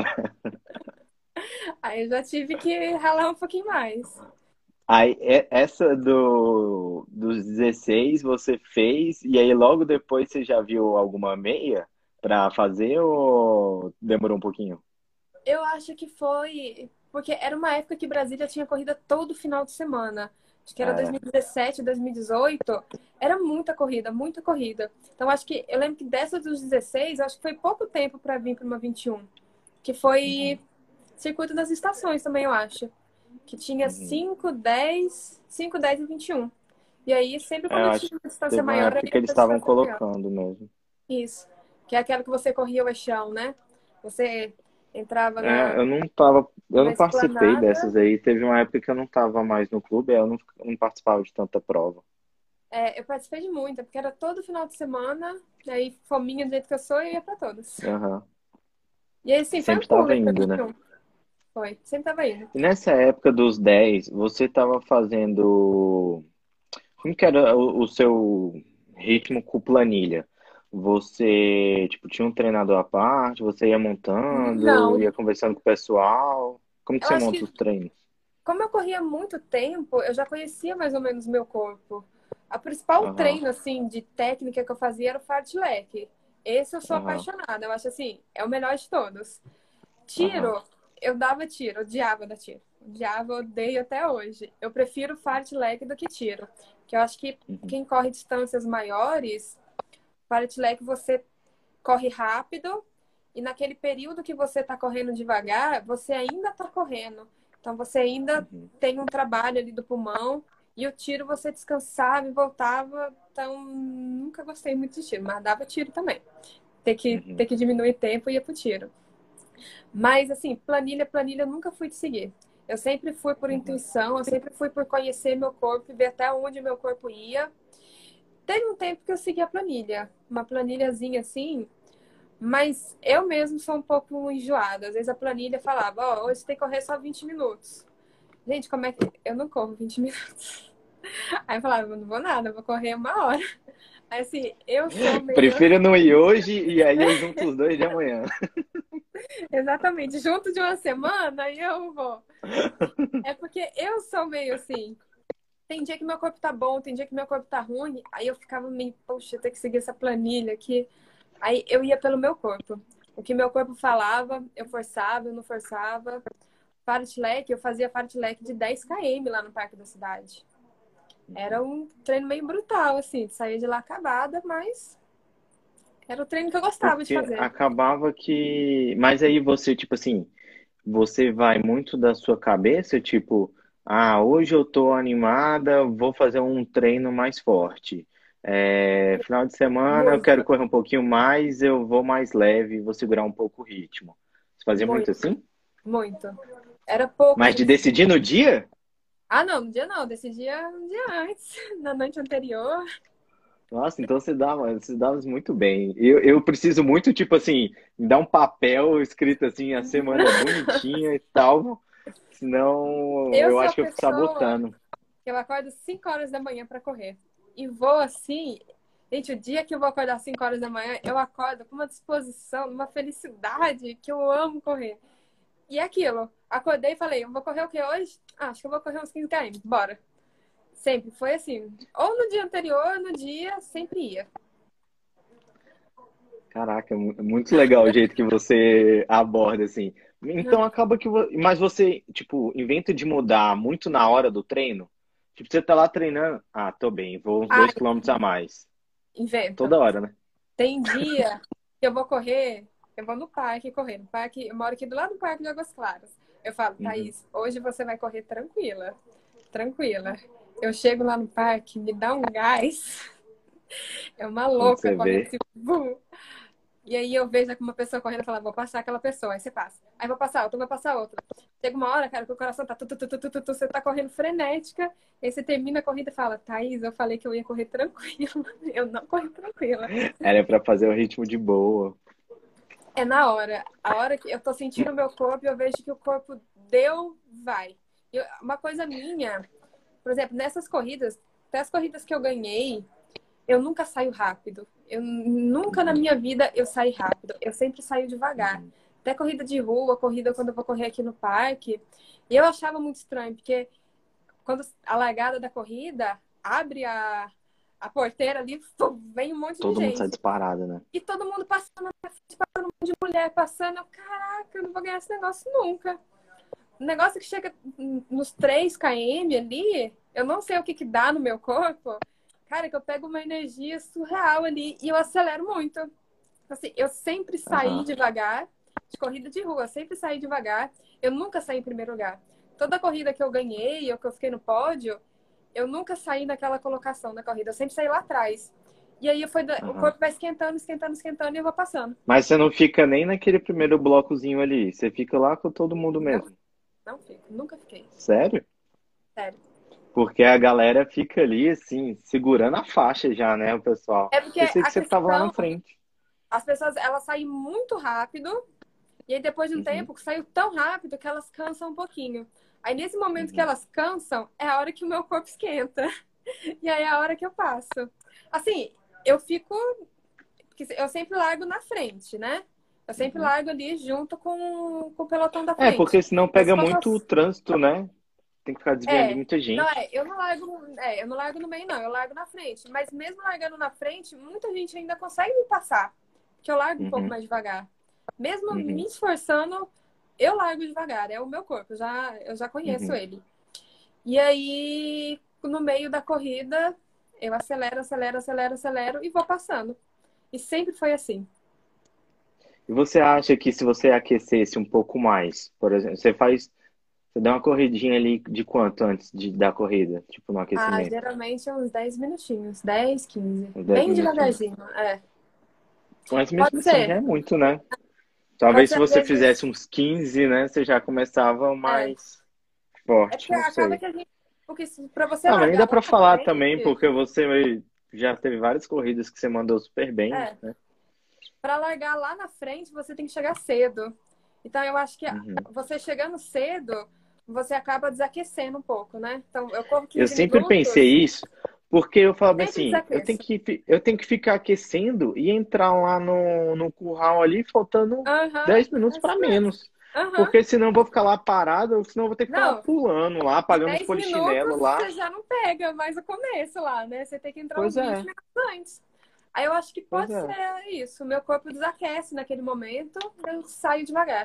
Aí eu já tive que ralar um pouquinho mais. Aí, é- essa do, dos dezesseis você fez, e aí logo depois você já viu alguma meia pra fazer ou demorou um pouquinho? Eu acho que foi. Porque era uma época que Brasília tinha corrida todo final de semana. Acho que era Era. dois mil e dezessete, dois mil e dezoito. Era muita corrida, muita corrida. Então acho que. Eu lembro que dessa dos dezesseis, acho que foi pouco tempo para vir para uma vinte e um. Que Uhum, foi Circuito das Estações também, eu acho. Que tinha uhum. cinco, dez, cinco, dez e vinte e um. E aí, sempre É, quando eu eu acho tinha que uma distância teve uma maior, eu época que ia eles pra estavam distância maior. colocando mesmo. Isso. Que é aquela que você corria o eixão, né? Você entrava É, na, eu não tava, eu na não participei esplanada. dessas aí. Teve uma época que eu não tava mais no clube, aí eu não, não participava de tanta prova. É, eu participei de muita, porque era todo final de semana. E aí, fominha do jeito que eu sou, eu ia pra todas. Aham. E aí, sim, foi Sempre um pulo estava aí pra indo, né? vinte e um. Foi. Sempre tava indo. E nessa época dos dez, você tava fazendo. Como que era o, o seu ritmo com planilha? Você, tipo, tinha um treinador à parte, você ia montando, Não. ia conversando com o pessoal. Como que Eu você acho monta que, os treinos? como eu corria há muito tempo, eu já conhecia mais ou menos o meu corpo. A principal Aham, treino, assim, de técnica que eu fazia era o fartlek. Esse eu sou aham, apaixonada. Eu acho, assim, é o melhor de todos. aham. Tiro, eu dava tiro, odiava dar tiro. Odiava, odeio até hoje. Eu prefiro fartlek do que tiro. Que eu acho que Uhum, quem corre distâncias maiores, fartlek você corre rápido e naquele período que você está correndo devagar, você ainda está correndo. Então você ainda uhum, tem um trabalho ali do pulmão e o tiro você descansava e voltava. Então nunca gostei muito de tiro, mas dava tiro também. Ter que, ter uhum, que diminuir tempo e ia pro tiro. Mas, assim, planilha, planilha, eu nunca fui de seguir. Eu sempre fui por uhum, intuição, eu sempre fui por conhecer meu corpo e ver até onde meu corpo ia. Teve um tempo que eu segui a planilha, uma planilhazinha assim, mas eu mesmo sou um pouco enjoada. Às vezes a planilha falava, ó, oh, hoje você tem que correr só vinte minutos. Gente, como é que. Eu não corro vinte minutos. Aí eu falava, não vou nada, eu vou correr uma hora. Aí assim, eu sou meio. Prefiro não ir hoje e aí eu junto os dois de amanhã. Exatamente, junto de uma semana, aí eu vou. É porque eu sou meio assim. Tem dia que meu corpo tá bom, tem dia que meu corpo tá ruim. Aí eu ficava meio, poxa, eu tenho que seguir essa planilha aqui. Aí eu ia pelo meu corpo. O que meu corpo falava, eu forçava, eu não forçava. Fartlek, eu fazia fartlek de dez quilômetros lá no Parque da Cidade. Era um treino meio brutal, assim, de sair de lá acabada, mas era o treino que eu gostava de Porque fazer. acabava que. Mas aí você, tipo assim, você vai muito da sua cabeça, tipo, ah, hoje eu tô animada, vou fazer um treino mais forte. É, final de semana eu quero Muito, correr um pouquinho mais, eu vou mais leve, vou segurar um pouco o ritmo. Você fazia muito muito, assim? muito. Era pouco Mas de de decidir no dia? Ah, não, no dia não, desse dia um dia antes, na noite anterior. Nossa, então você dá, você dá muito bem. Eu, eu preciso muito, tipo assim, me dar um papel escrito assim, a semana bonitinha e tal, senão Eu eu sou a acho que eu fico pessoa sabotando. que eu acordo cinco horas da manhã para correr. E vou assim. Gente, o dia que eu vou acordar cinco horas da manhã, eu acordo com uma disposição, uma felicidade que eu amo correr. E é aquilo. acordei e falei, eu vou correr o quê hoje? Ah, acho que eu vou correr uns quinze quilômetros, bora. Sempre, foi assim. Ou no dia anterior, no dia, sempre ia. Caraca, é mu- muito legal o jeito que você aborda, assim. Então acaba que. vo- Mas você, tipo, inventa de mudar muito na hora do treino? Tipo, você tá lá treinando. Ah, tô bem, vou uns Ah, dois quilômetros a mais. invento. Toda hora, né? Tem dia que eu vou correr, eu vou no parque correr. No parque, eu moro aqui do lado do Parque de Águas Claras. Eu falo, Uhum. Thaís, hoje você vai correr tranquila. Tranquila. Eu chego lá no parque, me dá um gás. É uma Quando louca você correndo vê. assim. Bum. E aí eu vejo uma pessoa correndo e falo, vou passar aquela pessoa. Aí você passa. Aí vou passar outra, vou passar outra. Chega uma hora, cara, que o coração tá... Tu, tu, tu, tu, tu, tu, tu, você tá correndo frenética. Aí você termina a corrida e fala, Thaís, eu falei que eu ia correr tranquila. Eu não corri tranquila. Era pra fazer o ritmo de boa. É na hora. A hora que eu tô sentindo o meu corpo, eu vejo que o corpo deu, vai. Eu- uma coisa minha, por exemplo, nessas corridas, até as corridas que eu ganhei, eu nunca saio rápido. Eu nunca na Uhum, minha vida eu saí rápido. Eu sempre saio devagar. uhum. Até corrida de rua, corrida quando eu vou correr aqui no parque. E eu achava muito estranho, porque quando a largada da corrida abre a, a porteira ali, pum, vem um monte de Todo mundo sai gente. disparado, né? E todo mundo passando na frente, passando um monte de mulher passando. Eu, Caraca, eu não vou ganhar esse negócio nunca. O negócio que chega nos três quilômetros ali, eu não sei o que que dá no meu corpo. Cara, que eu pego uma energia surreal ali e eu acelero muito. Assim, eu sempre saí Aham, devagar, de corrida de rua, eu sempre saí devagar. Eu nunca saí em primeiro lugar. Toda corrida que eu ganhei, ou que eu fiquei no pódio, eu nunca saí naquela colocação da corrida. Eu sempre saí lá atrás. E aí foi, o aham. corpo vai esquentando, esquentando, esquentando e eu vou passando. Mas você não fica nem naquele primeiro blocozinho ali. Você fica lá com todo mundo Não, mesmo. não fico, nunca fiquei. Sério? Sério. Porque a galera fica ali, assim, segurando a faixa já, né, o pessoal. É porque Pensei que a você tava lá na questão, frente. as pessoas, elas saem muito rápido, e aí depois de um Uhum, tempo, saiu tão rápido que elas cansam um pouquinho. Aí nesse momento que uhum, elas cansam, é a hora que o meu corpo esquenta. E aí é a hora que eu passo. Assim, eu fico. Porque eu sempre largo na frente, né? Eu sempre uhum. largo ali junto com, com o pelotão da É, frente. porque senão Mas pega quando eu... muito o trânsito, né? Tem que ficar desviando de É, muita não gente. é, eu não largo, é, eu não largo no meio, não, eu largo na frente. Mas mesmo largando na frente, muita gente ainda consegue me passar. Porque eu largo um pouco Uhum, mais devagar. Mesmo me uhum, esforçando, eu largo devagar. É o meu corpo, eu já, eu já conheço uhum. ele. E aí, no meio da corrida, eu acelero, acelero, acelero, acelero e vou passando. E sempre foi assim. E você acha que se você aquecesse um pouco mais, por exemplo, você faz, você dá uma corridinha ali de quanto antes de, da corrida, tipo no Ah, aquecimento? geralmente é uns dez minutinhos, dez, quinze. Uns dez Bem minutinhos. devagarzinho, é. Mas mesmo Pode assim já ser. é muito, né? Pode Talvez ser se às você fizesse vezes. uns quinze, né, você já começava É, mais é forte, porque não acaba sei. que a gente. Porque se- pra você Ah, mas nem largar dá lá pra na falar também, frente, porque você já teve várias corridas que você mandou super bem, é. né? Pra largar lá na frente, você tem que chegar cedo. Então eu acho que Uhum. você chegando cedo, você acaba desaquecendo um pouco, né? Então eu corro Eu quinze sempre pensei minutos, isso, porque eu falava sempre assim, eu tenho desaqueço. que, fi- eu tenho que ficar aquecendo e entrar lá no, no curral ali faltando Aham, dez minutos é para isso mesmo. menos. Aham. Porque senão eu vou ficar lá parado, ou senão eu vou ter que ficar lá Não, pulando lá, e pagando os dez minutos polichinelo lá. você já não pega mais o começo lá, né? Você tem que entrar uns Pois vinte é, minutos antes. Aí eu acho que pois pode é. ser isso. O meu corpo desaquece naquele momento, eu saio devagar.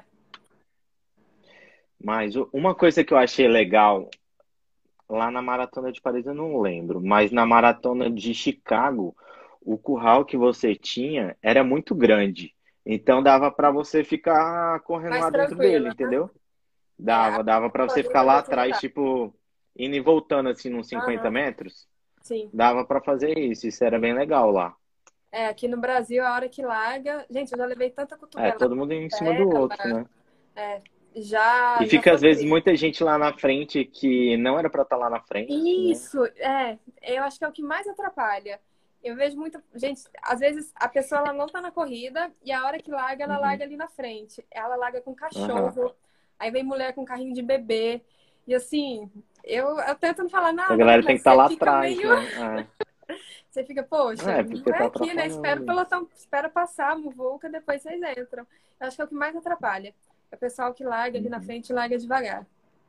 Mas o- uma coisa que eu achei legal lá na Maratona de Paris eu não lembro, mas na Maratona de Chicago, o curral que você tinha era muito grande. Então dava para você ficar correndo Mais lá dentro dele, tranquila. entendeu? É, a Dava, dava para você ficar corrida lá desse atrás, lugar. tipo, indo e voltando assim nos cinquenta Aham, metros. sim. Dava para fazer isso, isso era bem legal lá. É, aqui no Brasil, a hora que larga. Gente, eu já levei tanta É, cotovelada todo mundo em na cima do outro, perna. né? É, E já, já fica às vezes sofri. muita gente lá na frente que não era para estar lá na frente, né? Isso, é. Eu acho que é o que mais atrapalha. Eu vejo muita gente, às vezes a pessoa ela não tá na corrida e a hora que larga, ela Uhum. larga ali na frente. Ela larga com Aham. cachorro, aí vem mulher com carrinho de bebê. E assim, eu, eu tento não falar A nada, né? galera tem que Mas estar você lá fica atrás, meio. né? Você fica, É, poxa, é não porque é tá aqui, né? Espera o atrapalhando. pelotão, espera passar a muvuca, depois vocês entram. Eu acho que é o que mais atrapalha. É o pessoal que larga ali na Uhum. frente e larga devagar.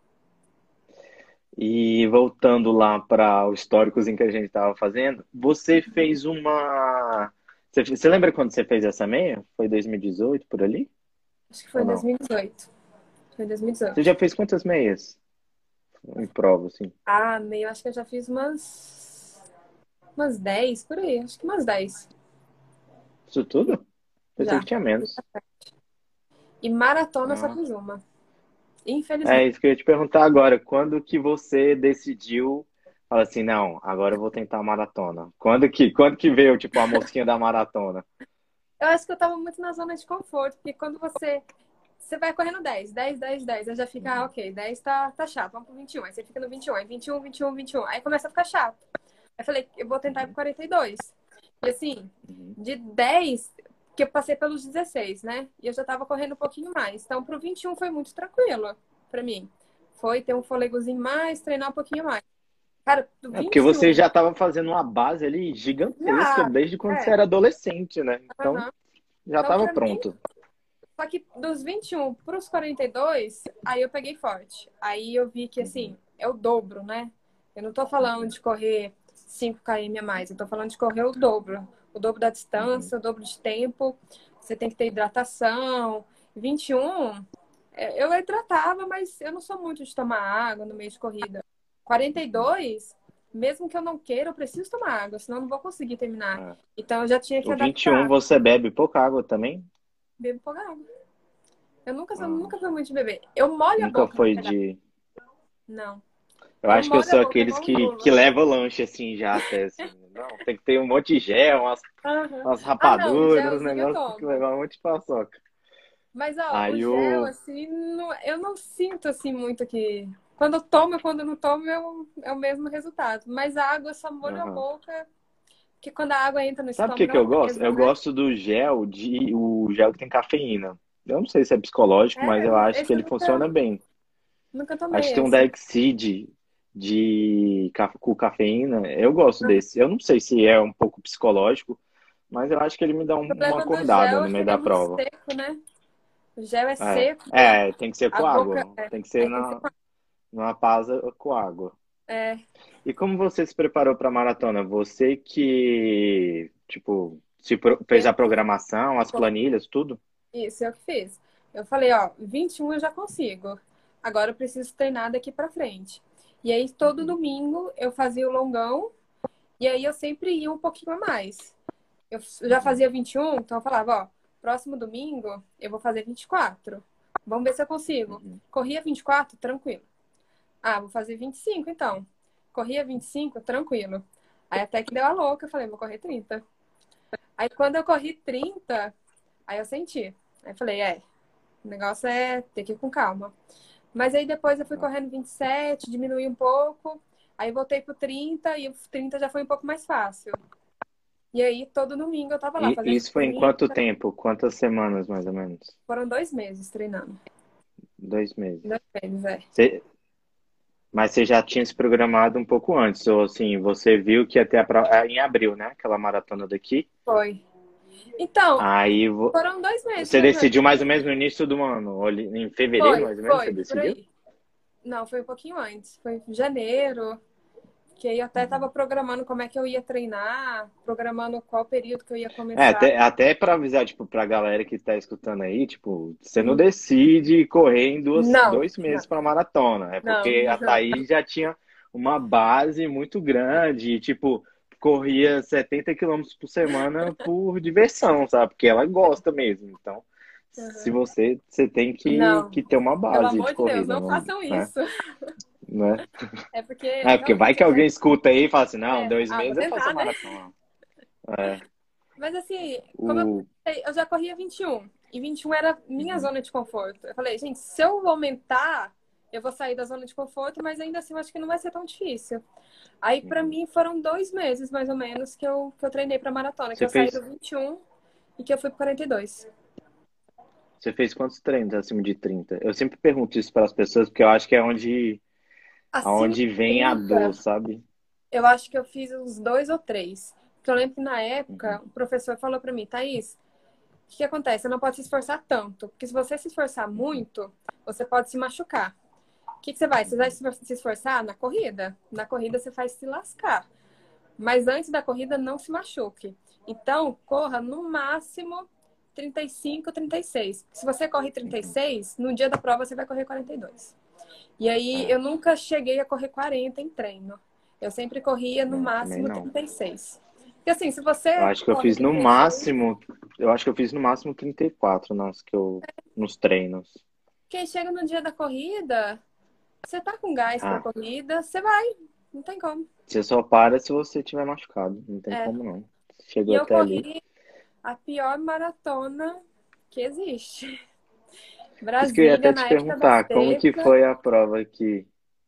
E voltando lá para o históricozinho que a gente estava fazendo, você fez uma. Você, você lembra quando você fez essa meia? Foi dois mil e dezoito por ali? Acho que foi Ou em não? dois mil e dezoito. Foi em Você dois mil e dezoito. já fez quantas meias em prova, assim? Ah, meio, acho que eu já fiz umas, umas dez por aí. Acho que umas dez Isso tudo? Pensei que já. tinha menos. E maratona eu só Ah. fiz uma. Infelizmente. É isso que eu ia te perguntar agora. Quando que você decidiu, fala assim, não, agora eu vou tentar a maratona? Quando que, quando que veio, tipo, a mosquinha da maratona? Eu acho que eu tava muito na zona de conforto, porque quando você você vai correndo dez, dez, dez, dez, aí já fica, ah, Uhum. ok, dez tá, tá chato, vamos pro vinte e um. Aí você fica no vinte e um, aí vinte e um, vinte e um, vinte e um. Aí começa a ficar chato. Aí eu falei, eu vou tentar ir pro Uhum. quarenta e dois. E assim, Uhum. de dez, que eu passei pelos dezesseis, né? E eu já tava correndo um pouquinho mais. Então pro vinte e um foi muito tranquilo pra mim. Foi ter um fôlegozinho mais, treinar um pouquinho mais. Cara, do É porque você vinte e um, já estava fazendo uma base ali gigantesca já, desde quando você é, era adolescente, né? Então aham. já Então estava pra mim, pronto. só que dos vinte e um para os quarenta e dois, aí eu peguei forte. Aí eu vi que, Uhum. assim, é o dobro, né? Eu não tô falando Uhum. de correr cinco quilômetros a mais, eu tô falando de correr o dobro. O dobro da Uhum. distância, o dobro de tempo. Você tem que ter hidratação. vinte e um, é, eu hidratava, mas eu não sou muito de tomar água no meio de corrida. quarenta e dois, mesmo que eu não queira, eu preciso tomar água, senão eu não vou conseguir terminar. É. Então eu já tinha que O vinte e um adaptar. você bebe pouca água também? Bebo pouca água. Eu nunca, eu Ah, nunca fui muito de beber. Eu molho a nunca boca, na foi verdade. de. Não. Eu Eu acho que eu molho a sou boca aqueles igual um que, que bolo. levam o lanche assim já até assim. Não, tem que ter um monte de gel, umas, Aham. umas Ah, não, o rapaduras, uns gelzinho eu negócios, tem que tomo. levar um monte de paçoca. Mas, ó, o Aí gel, o. assim, não- eu não sinto, assim, muito que... Quando eu tomo e quando eu não tomo, é o, é o mesmo resultado. Mas a água, eu só molho a Aham. boca, porque quando a água entra no Sabe o que estômago, que eu ela gosto? pesa, Eu né? gosto do gel, de o gel que tem cafeína. Eu não sei se é psicológico, mas É, eu acho que esse eu ele nunca, funciona bem. nunca Acho tomei que tem um esse. da Exceed de ca- com cafeína. Eu gosto desse. Eu não sei se é um pouco psicológico, mas eu acho que ele me dá O um- uma problema do acordada gel no é que meio ele é da muito prova. seco, né? O gel é É, seco, é, tem que ser a com boca... água. É, Tem que ser aí tem que ser... na, numa pasa com água. É, E como você se preparou para a maratona? Você que, tipo, se pro- fez a programação, as planilhas, tudo? isso, eu que fiz. Eu falei, ó, vinte e um eu já consigo. Agora eu preciso treinar daqui pra frente. E aí, todo Uhum, domingo, eu fazia o longão. E aí, eu sempre ia um pouquinho a mais. Eu já uhum, fazia vinte e um, então eu falava, ó, próximo domingo, eu vou fazer vinte e quatro. Vamos ver se eu consigo. uhum. Corria vinte e quatro, tranquilo. Ah, vou fazer vinte e cinco, então. Corria vinte e cinco, tranquilo. Aí, até que deu a louca, eu falei, vou correr trinta. Aí, quando eu corri trinta, aí eu senti. Aí, eu falei, é, o negócio é ter que ir com calma. Mas aí depois eu fui correndo vinte e sete, diminui um pouco. Aí voltei pro trinta e o trinta já foi um pouco mais fácil. E aí todo domingo eu tava lá E fazendo isso foi em quanto trinta. tempo? Quantas semanas, mais ou menos? Foram dois meses treinando. Dois meses. Dois meses, é. Você- mas você já tinha se programado um pouco antes, ou assim, você viu que ia ter a prova é em abril, né? Aquela maratona daqui. Foi. Então, Aí vo- foram dois meses você mais ou decidiu mais ou menos. menos no início do ano, ou ali em fevereiro, Foi, mais ou menos, você foi, por decidiu? aí. Não, foi um pouquinho antes. Foi em janeiro. Que aí eu até tava Uhum. programando como é que eu ia treinar, programando qual período que eu ia É, começar. até, até para avisar, tipo, pra galera que tá escutando aí, tipo, você não Uhum. decide correr em duas, Não, dois não, meses pra maratona. É não. porque a Thaís já tinha uma base muito grande, e, tipo, corria setenta quilômetros por semana por diversão, sabe? Porque ela gosta mesmo. Então, se Uhum. você, você tem que, Não, que ter uma pelo base de amor de Deus, corrida, não não, façam né? isso. Né? É porque É, porque vai realmente que eu já. alguém escuta aí e fala assim, não, É, dois ah, vou meses eu faço a tentar, né? maratona. É, Mas assim, como eu o... comecei, eu já corria vinte e um. E vinte e um era minha Uhum, zona de conforto. Eu falei, gente, se eu aumentar, eu vou sair da zona de conforto, mas ainda assim eu acho que não vai ser tão difícil. Aí, pra uhum. mim, foram dois meses, mais ou menos, que eu, que eu treinei pra maratona, que Você eu saí do fez vinte e um e que eu fui pro quarenta e dois. Você fez quantos treinos acima de trinta? Eu sempre pergunto isso para as pessoas, porque eu acho que é onde, Acima de aonde vem a dor, trinta, sabe? eu acho que eu fiz uns dois ou três. Porque eu lembro que na Uhum, época, o professor falou pra mim, Thaís, que que acontece? Você não pode se esforçar tanto, porque se você se esforçar muito, você pode se machucar. O que que você vai? Você vai se esforçar na corrida? Na corrida você faz se lascar. Mas antes da corrida, não se machuque. Então, corra no máximo trinta e cinco, trinta e seis. Se você corre trinta e seis, no dia da prova você vai correr quarenta e dois. E aí, É, eu nunca cheguei a correr quarenta em treino. Eu sempre corria no não, também máximo não. trinta e seis. Porque assim, se Eu você acho que eu corre fiz no trinta e seis, máximo, eu acho que eu fiz no máximo trinta e quatro nas que eu, nos treinos. quem chega no dia da corrida, você tá com gás pra Ah, corrida, você vai. Não tem como. você só para se você tiver machucado. Não tem É. como não. E Chegou eu até ali. corri a pior maratona que existe. Isso que eu ia Brasília, até te na época da perguntar, como que seca. foi a prova aqui?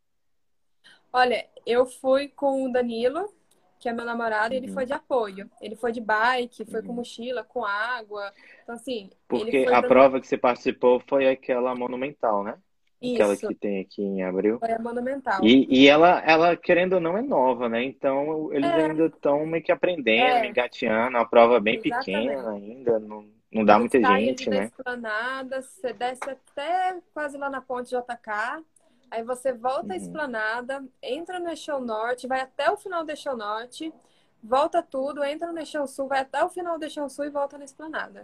Olha, eu fui com o Danilo, que é meu namorado, e ele foi Uhum, de apoio. Ele foi de bike, foi com uhum. mochila, com água. Então, assim, ele Porque foi a dando prova que você participou foi aquela monumental, né? Aquela isso, que tem aqui em abril. foi a Monumental. E, e ela, ela, querendo ou não, é nova, né? Então, eles É, ainda estão meio que aprendendo, é, engateando. A prova é bem pequena exatamente. ainda, não, não A dá gente muita sai ali gente, da né? esplanada, você desce até quase lá na ponte J K, aí você volta à Uhum, esplanada, entra no Eixão Norte, vai até o final do Eixão Norte, volta tudo, entra no Eixão Sul, vai até o final do Eixão Sul e volta na esplanada.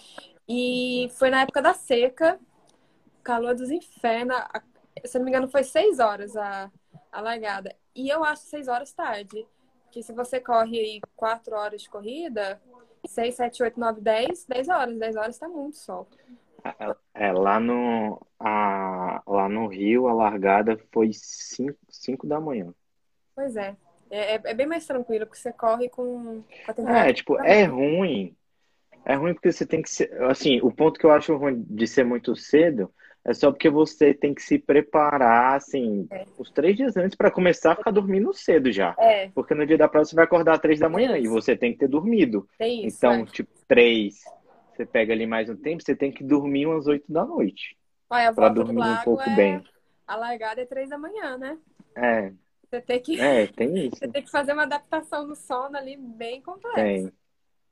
E uhum. foi na época da seca, calor dos infernos. a- Se eu não me engano, foi seis horas a, a largada. E eu acho seis horas tarde. Que se você corre aí quatro horas de corrida, seis, sete, oito, nove, dez, dez horas. Dez horas tá muito sol. É, lá no, a, lá no Rio, a largada foi cinco cinco da manhã. Pois é. É, é é bem mais tranquilo, porque você corre com, com a É, temperatura tipo, é ambiente. ruim. É ruim porque você tem que ser. Assim, o ponto que eu acho ruim de ser muito cedo é só porque você tem que se preparar, assim, os três dias antes para começar a ficar dormindo cedo já. É, Porque no dia da prova você vai acordar às três da manhã tem e isso. você tem que ter dormido. Tem isso, Então, é. tipo, três, você pega ali mais um tempo, você tem que dormir umas oito da noite Olha, a para volta do dormir um lago pouco é. bem. A largada é três da manhã, né? É, Você tem que, é, tem você isso. tem que fazer uma adaptação no sono ali bem complexa. Tem.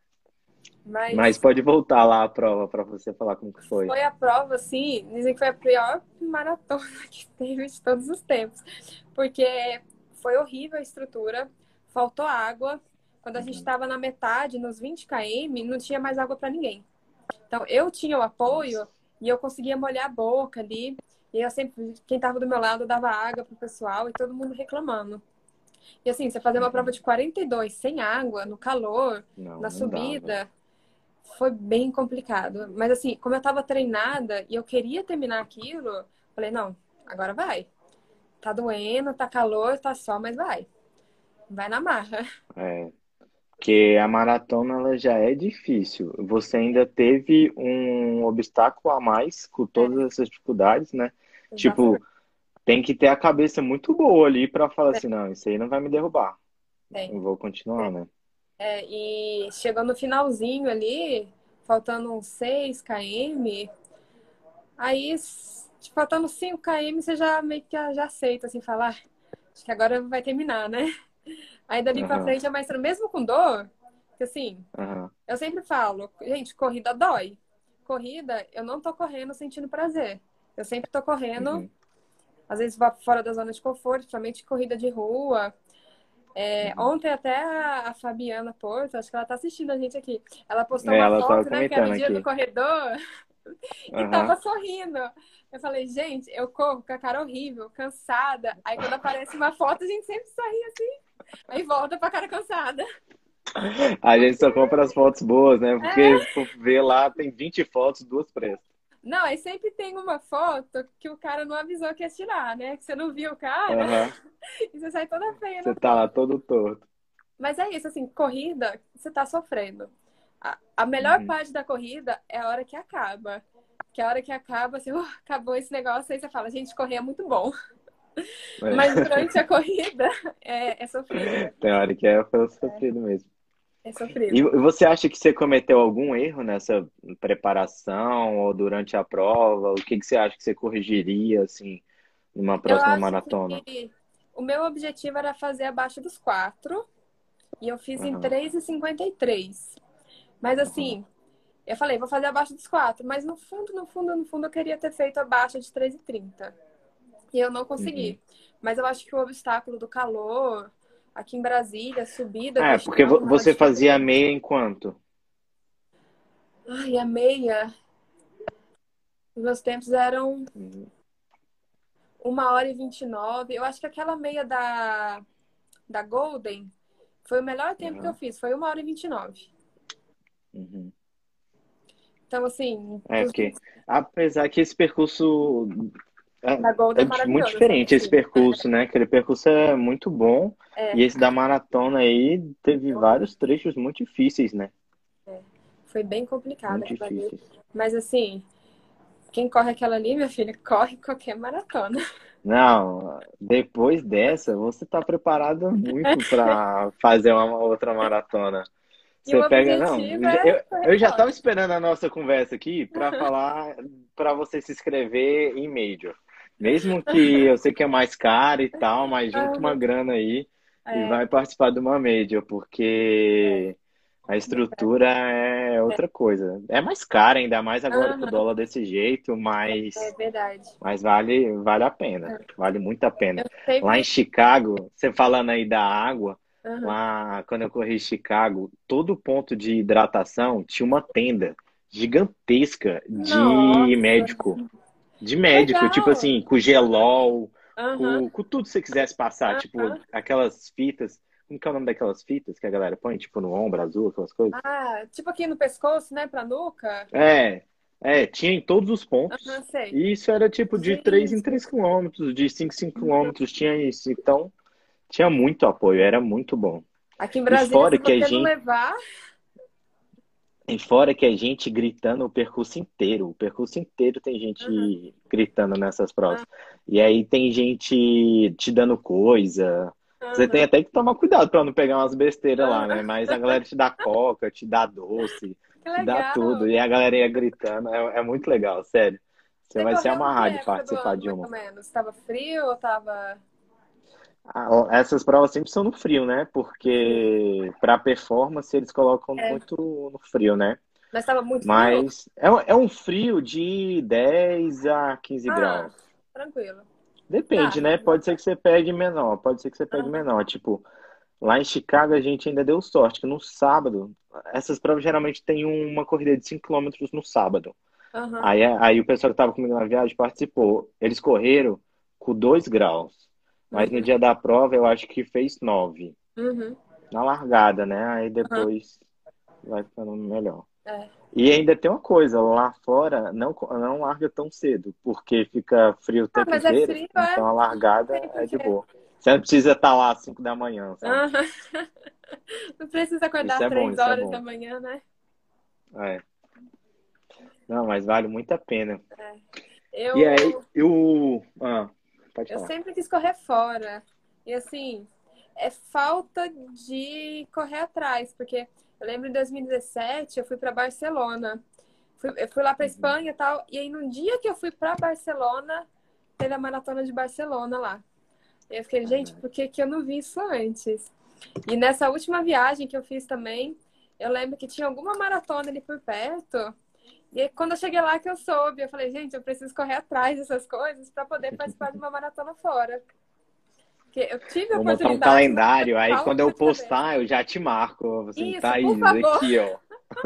Mas Mas pode voltar lá a prova para você falar como que foi. foi a prova, assim, dizem que foi a pior maratona que teve de todos os tempos. Porque foi horrível a estrutura, faltou água. Quando a gente Uhum. estava na metade, nos vinte quilômetros, não tinha mais água para ninguém. Então, eu tinha o Nossa. apoio e eu conseguia molhar a boca ali. E eu sempre, quem estava do meu lado, dava água pro pessoal e todo mundo reclamando. E assim, você fazer uma prova Uhum. de quarenta e dois sem água, no calor, Não, na não dava. subida, foi bem complicado. Mas assim, como eu tava treinada e eu queria terminar aquilo, falei, não, agora vai. Tá doendo, tá calor, tá sol, mas vai. Vai na marra. É, que a maratona ela já é difícil. Você ainda teve um obstáculo a mais com todas É, essas dificuldades, né? Tipo, exatamente. tem que ter a cabeça muito boa ali para falar Tem, assim, não, isso aí não vai me derrubar. tem, Eu vou continuar, tem. né? É, e chegou no finalzinho ali, faltando uns seis quilômetros, aí s- faltando cinco quilômetros, você já meio que já, já aceita, assim, falar, "Ah, acho que agora vai terminar, né?" Aí dali pra Aham, frente é mais tranquilo, mesmo com dor, que assim, aham, eu sempre falo, gente, corrida dói. Corrida, eu não tô correndo sentindo prazer. Eu sempre tô correndo, uhum, às vezes vou fora da zona de conforto, principalmente corrida de rua. É, uhum. ontem até a, a Fabiana Porto, acho que ela tá assistindo a gente aqui. Ela postou É, uma ela tava foto, né, que era o comentando dia do aqui. corredor, e tava Aham. sorrindo. Eu falei, gente, eu corro com a cara horrível, cansada. Aí quando aparece uma foto, a gente sempre sorri assim, aí volta pra cara cansada. A gente só compra as fotos boas, né? Porque É. se for ver lá, tem vinte fotos, duas prestas. Não, aí sempre tem uma foto que o cara não avisou que ia tirar, né? Que você não viu o cara Aham. e você sai toda feia Você na tá lá foto. todo torto. Mas é isso, assim, corrida, você tá sofrendo. A, a melhor Uhum. parte da corrida é a hora que acaba. Que é a hora que acaba, assim, "Uh, acabou esse negócio", aí você fala, gente, correr é muito bom. Mas durante a corrida é, é sofrido. Tem hora que é foi sofrido mesmo. É E sofrido. você acha que você cometeu algum erro nessa preparação ou durante a prova? O que que você acha que você corrigiria, assim, numa Eu próxima acho maratona? que o meu objetivo era fazer abaixo dos quatro e eu fiz em Aham, três e cinquenta e três. Mas aham, assim, Eu falei, vou fazer abaixo dos quatro, mas no fundo, no fundo, no fundo, eu queria ter feito abaixo de três e trinta. E eu não Uhum. consegui. Mas eu acho que o obstáculo do calor, aqui em Brasília, subida Ah, do é, porque vo- chão, é uma você fazia diferença. meia em quanto? Ai, a meia, os meus tempos eram Uhum. uma hora e vinte e nove. Eu acho que aquela meia da, da Golden foi o melhor tempo que eu Aham. fiz, foi uma hora e vinte e nove. Uhum. Então, assim, É, dos- porque apesar que esse percurso da é, Golden é é di- muito maravilhoso, eu sempre diferente esse fiz. percurso, né? Aquele percurso é muito bom. É, E esse da maratona aí teve vários trechos muito difíceis, né? foi bem complicado Muito aquilo ali. difíceis. Mas, assim, quem corre aquela ali, minha filha, corre qualquer maratona. Não, depois dessa, você tá preparado muito para fazer uma outra maratona. E o Você pega, não, objetivo é eu, correr eu já estava fora. esperando a nossa conversa aqui para falar para você se inscrever em Major. Mesmo que eu sei que é mais caro e tal, mas junta uma Aham. grana aí e É, vai participar de uma Major, porque a estrutura é outra coisa. É mais cara, ainda mais agora com o aham, dólar desse jeito, é mas, verdade. mas vale, vale a pena. Vale muito a pena. Eu Lá em sempre. Chicago, você falando aí da água. Aham. Lá, quando eu corri em Chicago, todo ponto de hidratação tinha uma tenda gigantesca de Nossa, médico. De que médico, tipo legal! assim, com gelol, Aham, com, com tudo que você quisesse passar, tipo, aham. aquelas fitas. Como que é o nome daquelas fitas que a galera põe, tipo, no ombro azul, aquelas coisas? Ah, tipo aqui no pescoço, né? Pra nuca? É, é, tinha em todos os Aham, pontos. sei. E isso era tipo de três em Gente, três quilômetros, de cinco em cinco quilômetros, tinha isso. Então, tinha muito apoio, era muito bom. aqui em E Brasília, fora se que a você não gente levar. E fora que a gente gritando o percurso inteiro. O percurso inteiro tem Aham, gente gritando nessas provas. aham, E aí tem gente te dando coisa. Você tem aham. até que tomar cuidado para não pegar umas besteiras lá, né? Aham. Mas a galera te dá coca, te dá doce, Que te dá tudo. legal! E a galera ia gritando. É, é muito legal, sério. Você Você vai se correu em que amarrar de época do participar ano, de mais uma. ou menos? Estava frio ou estava Ah, essas provas sempre são no frio, né? frio? Porque para performance eles colocam É, muito no frio, né? mas estava muito frio? Mas é, um- é um frio de dez a quinze Ah, graus. tranquilo. Dá, Depende, né? né? Pode ser que você pegue menor, pode ser que você pegue Aham, menor. Tipo, lá em Chicago a gente ainda deu sorte, que no sábado, essas provas geralmente tem uma corrida de cinco quilômetros no sábado. aham, Aí, aí o pessoal que estava comigo na viagem participou. Eles correram com dois graus. Mas no uhum, dia da prova eu acho que fez nove. uhum. Na largada, né? Aí Aham, depois vai ficando melhor. é. E ainda tem uma coisa, lá fora não, não larga tão cedo, porque fica frio o Ah, tempo mas é inteiro, frio, é? então a Não largada tem é de porquê. boa. Você não precisa estar lá às cinco da manhã, sabe? Aham. Não precisa acordar Isso às é bom, três isso é horas da bom. manhã, né? É. Não, mas vale muito a pena. E aí, Eu, eu... Ah, pode eu falar. sempre quis correr fora. E assim, é falta de correr atrás, porque eu lembro em dois mil e dezessete eu fui para Barcelona. Fui- eu fui lá para Uhum. Espanha e tal, e aí no dia que eu fui para Barcelona, teve a maratona de Barcelona lá. E eu fiquei, gente, por que que eu não vi isso antes? E nessa última viagem que eu fiz também, eu lembro que tinha alguma maratona ali por perto. E aí, quando eu cheguei lá que eu soube, eu falei, gente, eu preciso correr atrás dessas coisas para poder participar de uma maratona fora. Porque eu tive a Vou montar um oportunidade, mas calendário, aí quando eu falta de cabeça. postar, eu já te marco. Assim, Isso, por Thaís, favor, aqui, ó.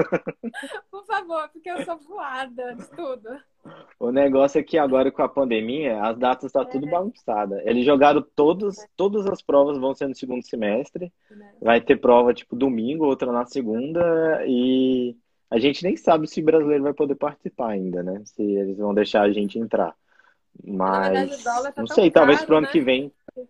por favor, porque eu sou voada de tudo. O negócio é que agora com a pandemia, as datas tá tudo bagunçada. Eles jogaram todos, todas as provas vão ser no segundo semestre. Né? Vai ter prova tipo domingo, outra na segunda e a gente nem sabe se brasileiro vai poder participar ainda, né? Se eles vão deixar a gente entrar. Na verdade, o Mas dólar tá não tão sei, talvez pro caro, ano que né? vem,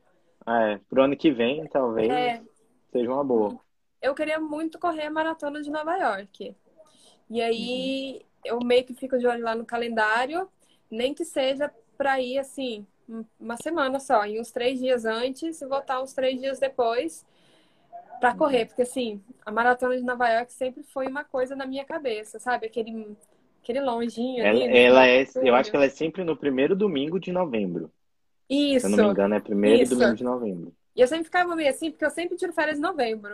é, pro ano que vem talvez É, seja uma boa. eu queria muito correr a maratona de Nova York. E Uhum. aí eu meio que fico de olho lá no calendário, nem que seja para ir assim, um- uma semana só, em uns três dias antes e voltar uns três dias depois para correr, Uhum. porque assim, a maratona de Nova York sempre foi uma coisa na minha cabeça, sabe? Aquele, aquele longinho Ela, ali no ela final é, de eu acho que julho. ela é sempre no primeiro domingo de novembro. Se eu não Isso, me engano, é primeiro isso. domingo de novembro. E eu sempre ficava meio assim, porque eu sempre tiro férias em novembro.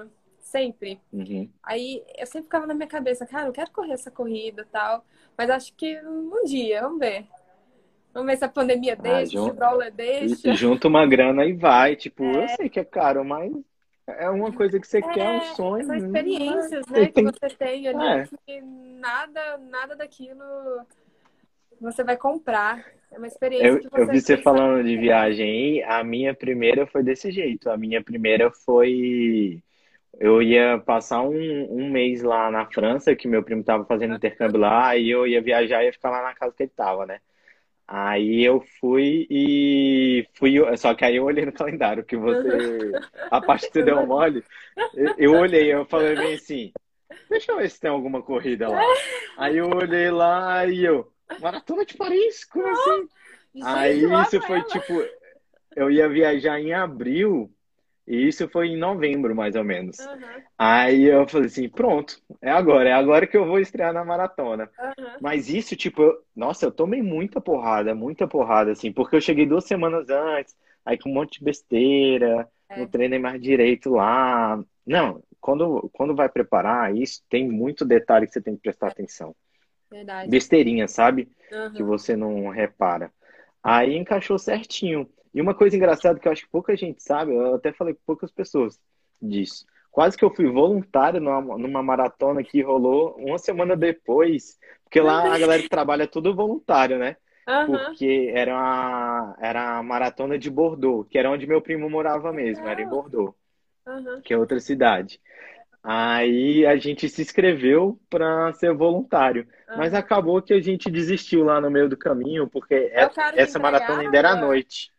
sempre. Uhum. Aí eu sempre ficava na minha cabeça, cara, eu quero correr essa corrida e tal, mas acho que um dia, vamos ver. Vamos ver se a pandemia Ah, deixa, se o jun- dólar deixa. junta uma grana e vai. Tipo, eu sei que é caro, mas é uma coisa que você quer, um É, são sonho, mas experiências, você né, que tem. você tem ali É, que nada, nada daquilo você vai comprar. É uma experiência eu, que eu você vi você tem que saber. falando de viagem aí, a minha primeira foi desse jeito. A minha primeira foi. Eu ia passar um, um mês lá na França, que meu primo tava fazendo intercâmbio lá, aí eu ia viajar e ia ficar lá na casa que ele tava, né? Aí eu fui e fui, só que aí eu olhei no calendário, que você, a parte que você deu mole, eu eu olhei, eu falei bem assim, deixa eu ver se tem alguma corrida lá. Aí eu olhei lá e eu, Maratona de Paris, como assim? Gente, Aí logo isso foi ela. tipo, eu ia viajar em abril, e isso foi em novembro, mais ou menos. Aham, Aí eu falei assim, pronto, é agora, é agora que eu vou estrear na maratona. aham, Mas isso, tipo, eu- nossa, eu tomei muita porrada, muita porrada, assim, porque eu cheguei duas semanas antes, aí com um monte de besteira, não é, treinei mais direito lá. Não, quando, quando vai preparar isso, tem muito detalhe que você tem que prestar atenção. verdade. Besteirinha, sabe? Que Aham, você não repara. Aí encaixou certinho. E uma coisa engraçada que eu acho que pouca gente sabe, eu até falei com poucas pessoas disso. Quase que eu fui voluntário numa, numa maratona que rolou uma semana depois, porque meu lá a Deus. galera que trabalha é tudo voluntário, né? Aham, Porque era uma, era a maratona de Bordeaux, que era onde meu primo morava mesmo, era em legal. Bordeaux, Aham, que é outra cidade. Aí a gente se inscreveu para ser voluntário, mas aham. acabou que a gente desistiu lá no meio do caminho, porque É o é- cara que essa maratona ainda era à entregava? noite.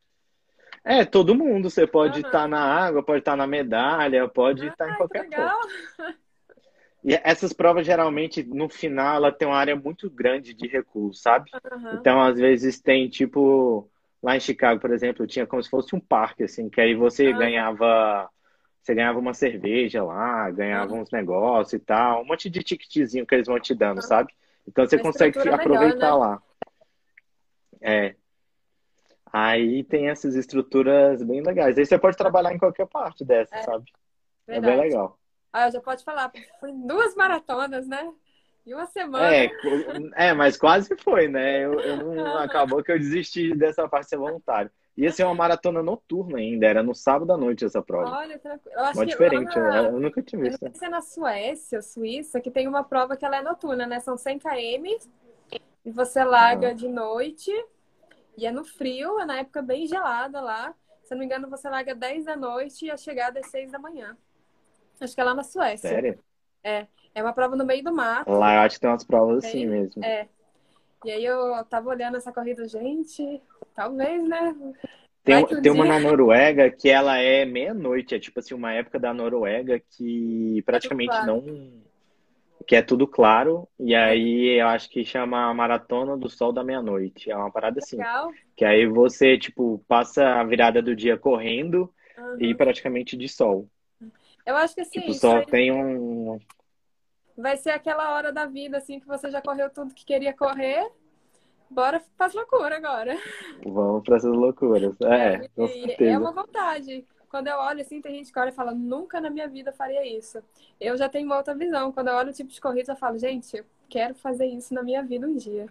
É, todo mundo, você pode Aham. estar na água, pode estar na medalha, pode estar em Ai, que qualquer legal. ponto. E essas provas, geralmente, no final, ela tem uma área muito grande de recuo, sabe? Aham, Então, às vezes, tem, tipo, lá em Chicago, por exemplo, tinha como se fosse um parque, assim, que aí você aham, ganhava, você ganhava uma cerveja lá, ganhava aham. uns negócios e tal, um monte de ticketzinho que eles vão te dando, sabe? Então, você Uma consegue fi- estrutura melhor, aproveitar né? lá. É, aí tem essas estruturas bem legais. Aí você pode trabalhar em qualquer parte dessa, É, sabe? É bem verdade. legal. Ah, já pode falar, fui em duas maratonas, né? Em uma semana. É, co- é, mas quase foi, né? Eu, eu não Aham. acabou que eu desisti dessa parte de ser voluntário. Ia ser uma maratona noturna ainda, era no sábado à noite essa prova. Olha, tranquilo. Eu acho Mó que lá diferente, eu, na. eu nunca tinha Eu não visto. sei se é na Suécia ou Suíça, que tem uma prova que ela é noturna, né? São cem quilômetros e você larga Aham. de noite e é no frio, é na época bem gelada lá. Se eu não me engano, você larga dez da noite e a chegada é seis da manhã. Acho que é lá na Suécia. Sério? É, é uma prova no meio do mato, Lá eu acho que tem umas provas assim bem. mesmo. É. E aí eu tava olhando essa corrida, gente, talvez, né? Tem, Vai um- que um tem uma dia na Noruega que ela é meia-noite, é tipo assim, uma época da Noruega que é tudo praticamente claro. não. Que é tudo claro, e É, aí eu acho que chama Maratona do Sol da Meia-Noite. É uma parada assim. legal. Que aí você, tipo, passa a virada do dia correndo e Uhum. praticamente de sol. Eu acho que Tipo, assim, isso só aí tem um. vai ser aquela hora da vida, assim, que você já correu tudo que queria correr. Bora faz loucura agora. Vamos para essas loucuras. É, É, com e é certeza. uma vontade. Quando eu olho assim, tem gente que olha e fala, nunca na minha vida faria isso. Eu já tenho uma outra visão. Quando eu olho o tipo de corrida, eu falo, gente, eu quero fazer isso na minha vida um dia.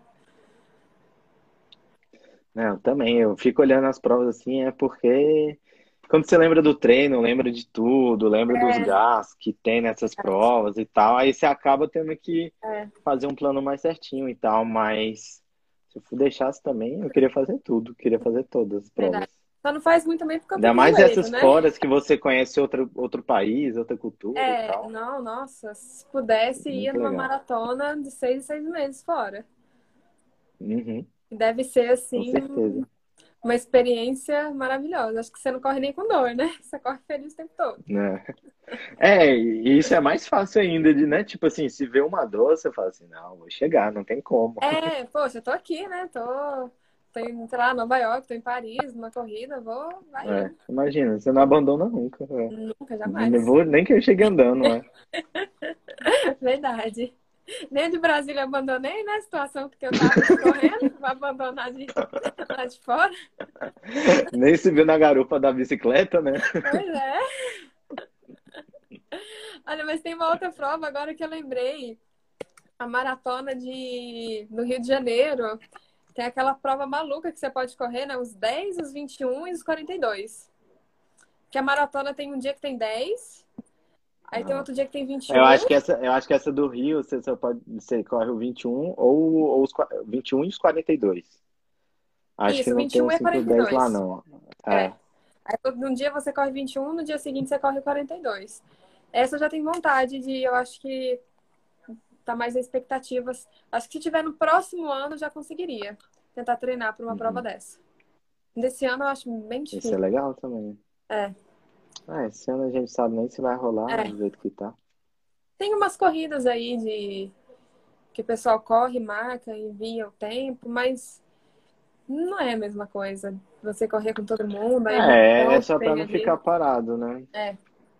Não, também, eu fico olhando as provas assim, é porque quando você lembra do treino, lembra de tudo, lembra dos É, gastos que tem nessas provas e tal, aí você acaba tendo que é, fazer um plano mais certinho e tal, mas se eu deixasse também, eu queria fazer tudo, queria fazer todas as verdade. provas. Só não faz muito também por conta Ainda do mais joelho, essas né? fora que você conhece outro, outro país, outra cultura e É, tal. não, nossa, se pudesse, ia Muito numa legal. maratona de seis em seis meses fora. Uhum, Deve ser, com assim, certeza. uma experiência maravilhosa. Acho que você não corre nem com dor, né? Você corre feliz o tempo todo. Né? É, e isso é mais fácil ainda de, né? Tipo assim, se vê uma dor, você fala assim, não, vou chegar, não tem como. É, poxa, eu tô aqui, né? Tô, tô em, sei lá, Nova York, tô em Paris, numa corrida, vou, vai É, indo. imagina, você não abandona nunca. É. Nunca, Não jamais. vou nem que eu chegue andando, é. Verdade. Nem de Brasília eu abandonei, né? A situação que eu tava aqui correndo, vou abandonar de, lá de fora. Nem subiu na garupa da bicicleta, né? Pois é. Olha, mas tem uma outra prova agora que eu lembrei. A maratona de... no Rio de Janeiro. Tem aquela prova maluca que você pode correr, né? Os dez, os vinte e um e os quarenta e dois. Que a maratona tem um dia que tem dez, aí tem Ah. outro dia que tem vinte e Eu um. acho que essa, eu acho que essa do Rio, você só pode, você corre o vinte e um ou, ou os qua- vinte e um e os quarenta e dois. Acho que Isso, não vinte e tem um o e cinco dez lá, quarenta e dois. não. É. É. Aí num dia você corre vinte e um, no dia seguinte você corre quarenta e dois. Essa eu já tenho vontade de, eu acho que tá mais em expectativas. Acho que se tiver no próximo ano, já conseguiria tentar treinar para uma prova Uhum. dessa. Desse ano eu acho bem Isso é difícil. legal também. É, É, esse ano a gente sabe nem se vai rolar é. do jeito que tá. Tem umas corridas aí de que o pessoal corre, marca, envia o tempo, mas não é a mesma coisa. Você correr com todo mundo, a É, é emoção que só pra tem não ali. ficar parado, né? É.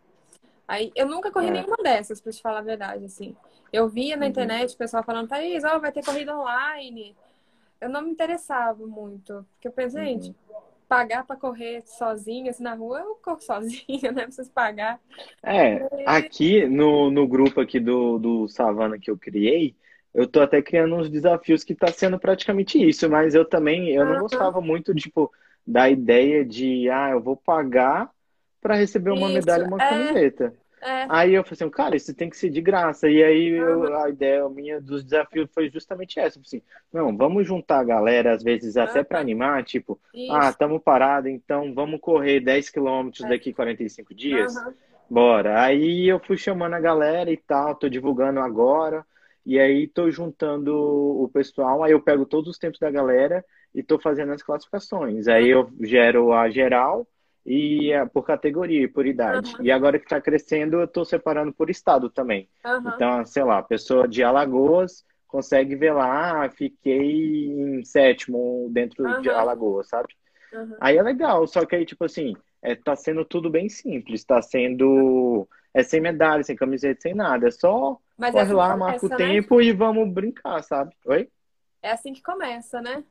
Aí, eu nunca corri É. nenhuma dessas, pra te falar a verdade, assim. Eu via na Uhum. internet o pessoal falando, Thaís, ó, vai ter corrida online. Eu não me interessava muito. Porque eu pensei, gente, Uhum. pagar pra correr sozinha, assim, na rua, eu corro sozinha, né? Preciso pagar. É, aqui no, no grupo aqui do, do Savana que eu criei, eu tô até criando uns desafios que tá sendo praticamente isso, mas eu também, eu não Aham, gostava muito, tipo, da ideia de, ah, eu vou pagar para receber uma isso, medalha e uma é, camiseta. é. Aí eu falei assim, cara, isso tem que ser de graça. E aí Aham, eu, a ideia minha dos desafios foi justamente essa, assim, não, vamos juntar a galera, às vezes até para aham, animar, tipo, ah, isso. estamos parados, então vamos correr dez quilômetros É. daqui quarenta e cinco dias? Aham, Bora. Aí eu fui chamando a galera e tal, tô divulgando agora, e aí tô juntando o pessoal, aí eu pego todos os tempos da galera e tô fazendo as classificações. Aí eu gero a geral e a- por categoria e por idade. aham, E agora que tá crescendo, eu tô separando por estado também. aham, Então, sei lá, a pessoa de Alagoas consegue ver lá, ah, fiquei em sétimo dentro de aham, Alagoas, sabe? aham. Aí é legal, só que aí, tipo assim, é, tá sendo tudo bem simples, tá sendo. É sem medalha, sem camiseta, sem nada. É só Mas é corre assim que lá, marca o começa, né? tempo e vamos brincar, sabe? Oi? É assim que começa, né?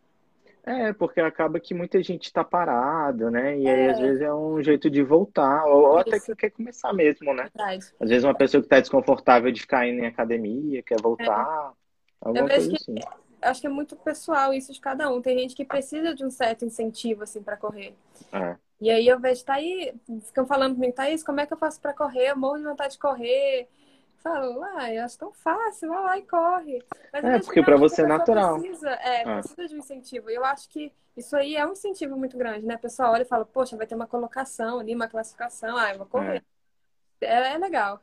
É, porque acaba que muita gente tá parada, né? E aí, às É, vezes, é um jeito de voltar, ou, ou até isso, que quer começar mesmo, né? verdade. Às vezes, uma pessoa que tá desconfortável de ficar indo em academia, quer É. voltar, Eu alguma vejo coisa que assim. acho que é muito pessoal isso de cada um. Tem gente que precisa de um certo incentivo assim para correr. É, E aí eu vejo, tá aí, ficam falando comigo, Thaís, como é que eu faço para correr? Eu morro de vontade de correr. Eu falo, ah, eu acho tão fácil, vai lá e corre. Mas eu é vejo que porque pra realmente a você é pessoa natural. precisa, é, É, precisa de um incentivo. E eu acho que isso aí é um incentivo muito grande, né? A pessoa olha e fala, poxa, vai ter uma colocação ali, uma classificação, ah, eu vou correr. é. É, é legal.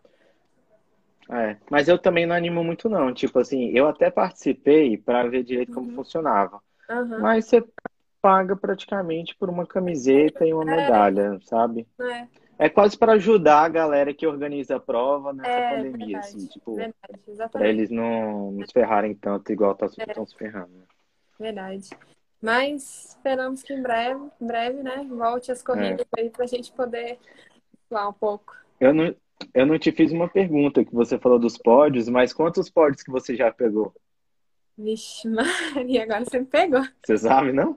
É, mas eu também não animo muito não. Tipo assim, eu até participei para ver direito como Uhum. funcionava. Aham. Mas você paga praticamente por uma camiseta e uma medalha, sabe? É, É quase para ajudar a galera que organiza a prova nessa é pandemia, assim, verdade, tipo, verdade, para exatamente. eles não nos ferrarem tanto igual É estão se ferrando, verdade. Mas esperamos que em breve, em breve, né, volte as né? É. corridas aí para a gente poder falar um pouco. Eu não, eu não te fiz uma pergunta que você falou dos pódios, mas quantos pódios que você já pegou? Vixe, Maria, agora você me pegou. Você sabe, não?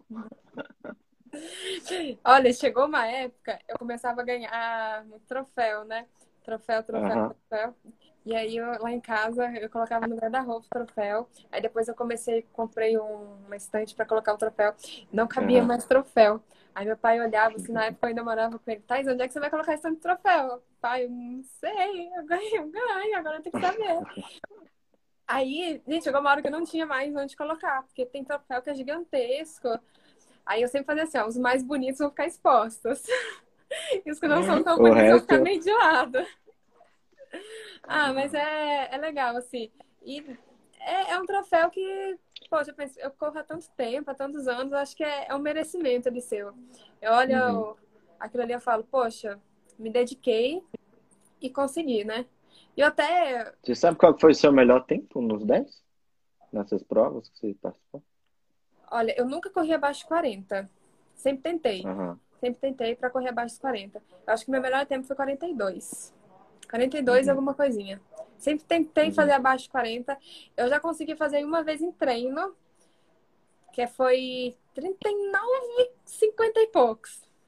Olha, chegou uma época, eu começava a ganhar muito troféu, né? Troféu, troféu, Aham. troféu. E aí eu, lá em casa eu colocava no guarda-roupa o troféu. Aí depois eu comecei, comprei um, uma estante para colocar o troféu. Não cabia Aham. mais troféu. Aí meu pai olhava, assim, na época eu ainda morava com ele. Thais, onde é que você vai colocar esse tanto de troféu? Pai, eu não sei, eu ganhei, eu ganhei, agora eu tenho que saber. Aí, gente, chegou uma hora que eu não tinha mais onde colocar, porque tem troféu que é gigantesco. Aí eu sempre fazia assim, ó, os mais bonitos vão ficar expostos. E os que não são tão O bonitos vão ficar resto. meio de lado. Ah, mas é, é legal, assim. E é, é um troféu que, poxa, eu penso, eu corro há tanto tempo, há tantos anos, eu acho que é, é um merecimento ali seu. Eu Uhum. olho aquilo ali e falo, poxa, me dediquei e consegui, né? E eu até, Você sabe qual que foi o seu melhor tempo nos dez? Nessas provas que você participou? olha, eu nunca corri abaixo de quarenta. Sempre tentei. Aham. Sempre tentei para correr abaixo dos quarenta. Eu acho que meu melhor tempo foi quarenta e dois. quarenta e dois Uhum. alguma coisinha. Sempre tentei fazer Uhum. abaixo de quarenta. Eu já consegui fazer uma vez em treino, que foi trinta e nove, cinquenta e poucos.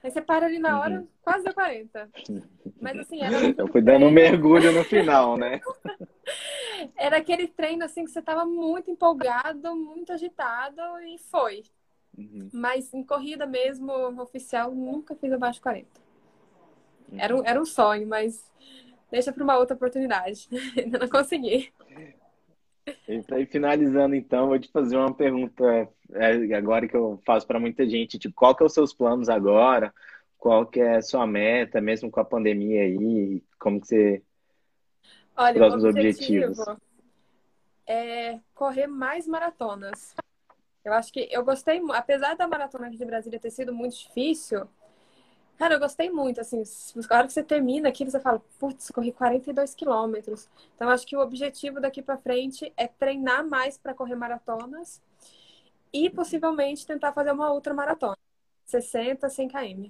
Aí você para ali na hora, Uhum. quase deu quarenta. Mas assim, era Eu muito fui dando um treino. mergulho no final, né? Era aquele treino assim que você tava muito empolgado, muito agitado e foi. Uhum, Mas em corrida mesmo, oficial, nunca fiz abaixo de quarenta. Era uhum. um, era um sonho, mas deixa para uma outra oportunidade. Ainda não consegui. E para ir finalizando, então, vou te fazer uma pergunta é, agora que eu faço para muita gente, tipo, qual que é os seus planos agora? Qual que é a sua meta, mesmo com a pandemia aí? Como que você, os Olha, o próximos objetivo objetivos? é correr mais maratonas. Eu acho que eu gostei, mu- apesar da maratona aqui de Brasília ter sido muito difícil, cara, eu gostei muito, assim, a hora que você termina aquilo, você fala, putz, corri quarenta e dois quilômetros. Então, acho que o objetivo daqui pra frente é treinar mais para correr maratonas e possivelmente tentar fazer uma outra maratona, sessenta, cem quilômetros.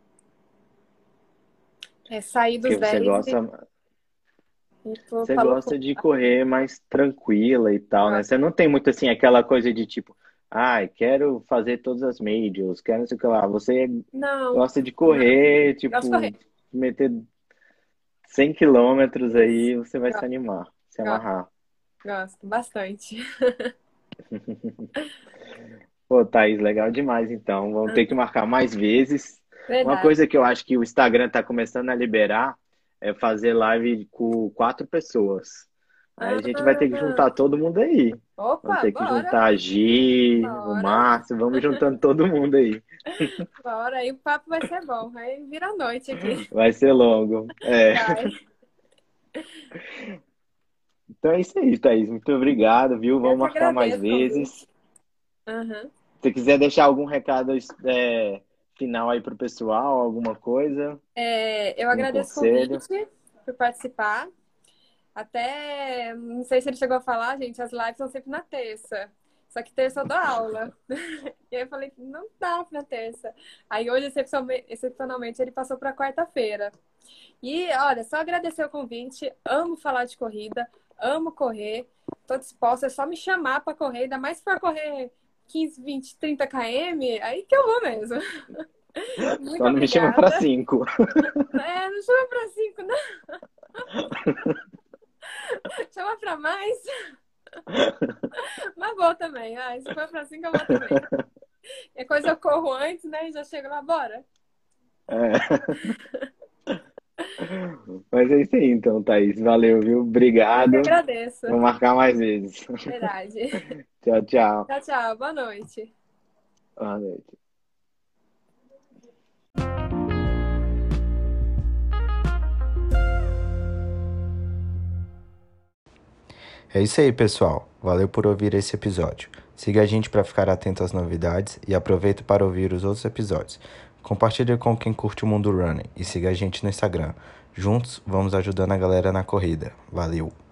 É sair Porque dos você dez e gosta, ir pro- você pra loucura. gosta de correr mais tranquila e tal, né? Gosto. Você não tem muito assim aquela coisa de tipo, ai, quero fazer todas as majors, quero não sei o que lá. Você Não, gosta de não. correr, Gosto de correr. tipo, meter cem quilômetros Isso. aí, você vai se Gosto, animar, se gosto, amarrar. gosto bastante. Pô, Thaís, legal demais então. Vamos ter que marcar mais vezes. Uma Verdade. coisa que eu acho que o Instagram está começando a liberar é fazer live com quatro pessoas. Aí a gente vai ter que Ah, juntar todo mundo aí. Vamos opa, ter que bora, juntar a Gi, o bora, Márcio, vamos juntando todo mundo aí. bora. Aí o papo vai ser bom. Aí vira a noite aqui. Vai ser longo. É. Vai. Então é isso aí, Thaís. Muito obrigado, viu? Eu Vamos que marcar mais agradeço o vezes. convite. Aham. Se você quiser deixar algum recado é, final aí pro pessoal, alguma coisa, É, eu um agradeço o conselho. convite por participar. Até, não sei se ele chegou a falar, gente, as lives são sempre na terça. Só que terça eu dou aula. E aí eu falei, não dá na terça. Aí hoje, excepcionalmente, excepcionalmente ele passou para quarta-feira. E olha, só agradecer o convite. Amo falar de corrida, amo correr. Tô disposta, é só me chamar para correr, ainda mais se for correr quinze, vinte, trinta quilômetros, aí que eu vou mesmo. Muito Só não me chama para obrigada. cinco. É, não chama para cinco, não. Chama para mais. Mas vou também. Ah, se for para cinco, eu vou também. É coisa eu corro antes, né? E já chego lá, bora. É. Mas é isso aí, então, Thaís. Valeu, viu? Eu que Obrigado. agradeço. Vou marcar mais vezes. Verdade. Tchau, tchau. Tchau, tchau. Boa noite. Boa noite. É isso aí, pessoal. Valeu por ouvir esse episódio. Siga a gente para ficar atento às novidades e aproveita para ouvir os outros episódios. Compartilhe com quem curte o mundo running e siga a gente no Instagram. Juntos, vamos ajudando a galera na corrida. Valeu!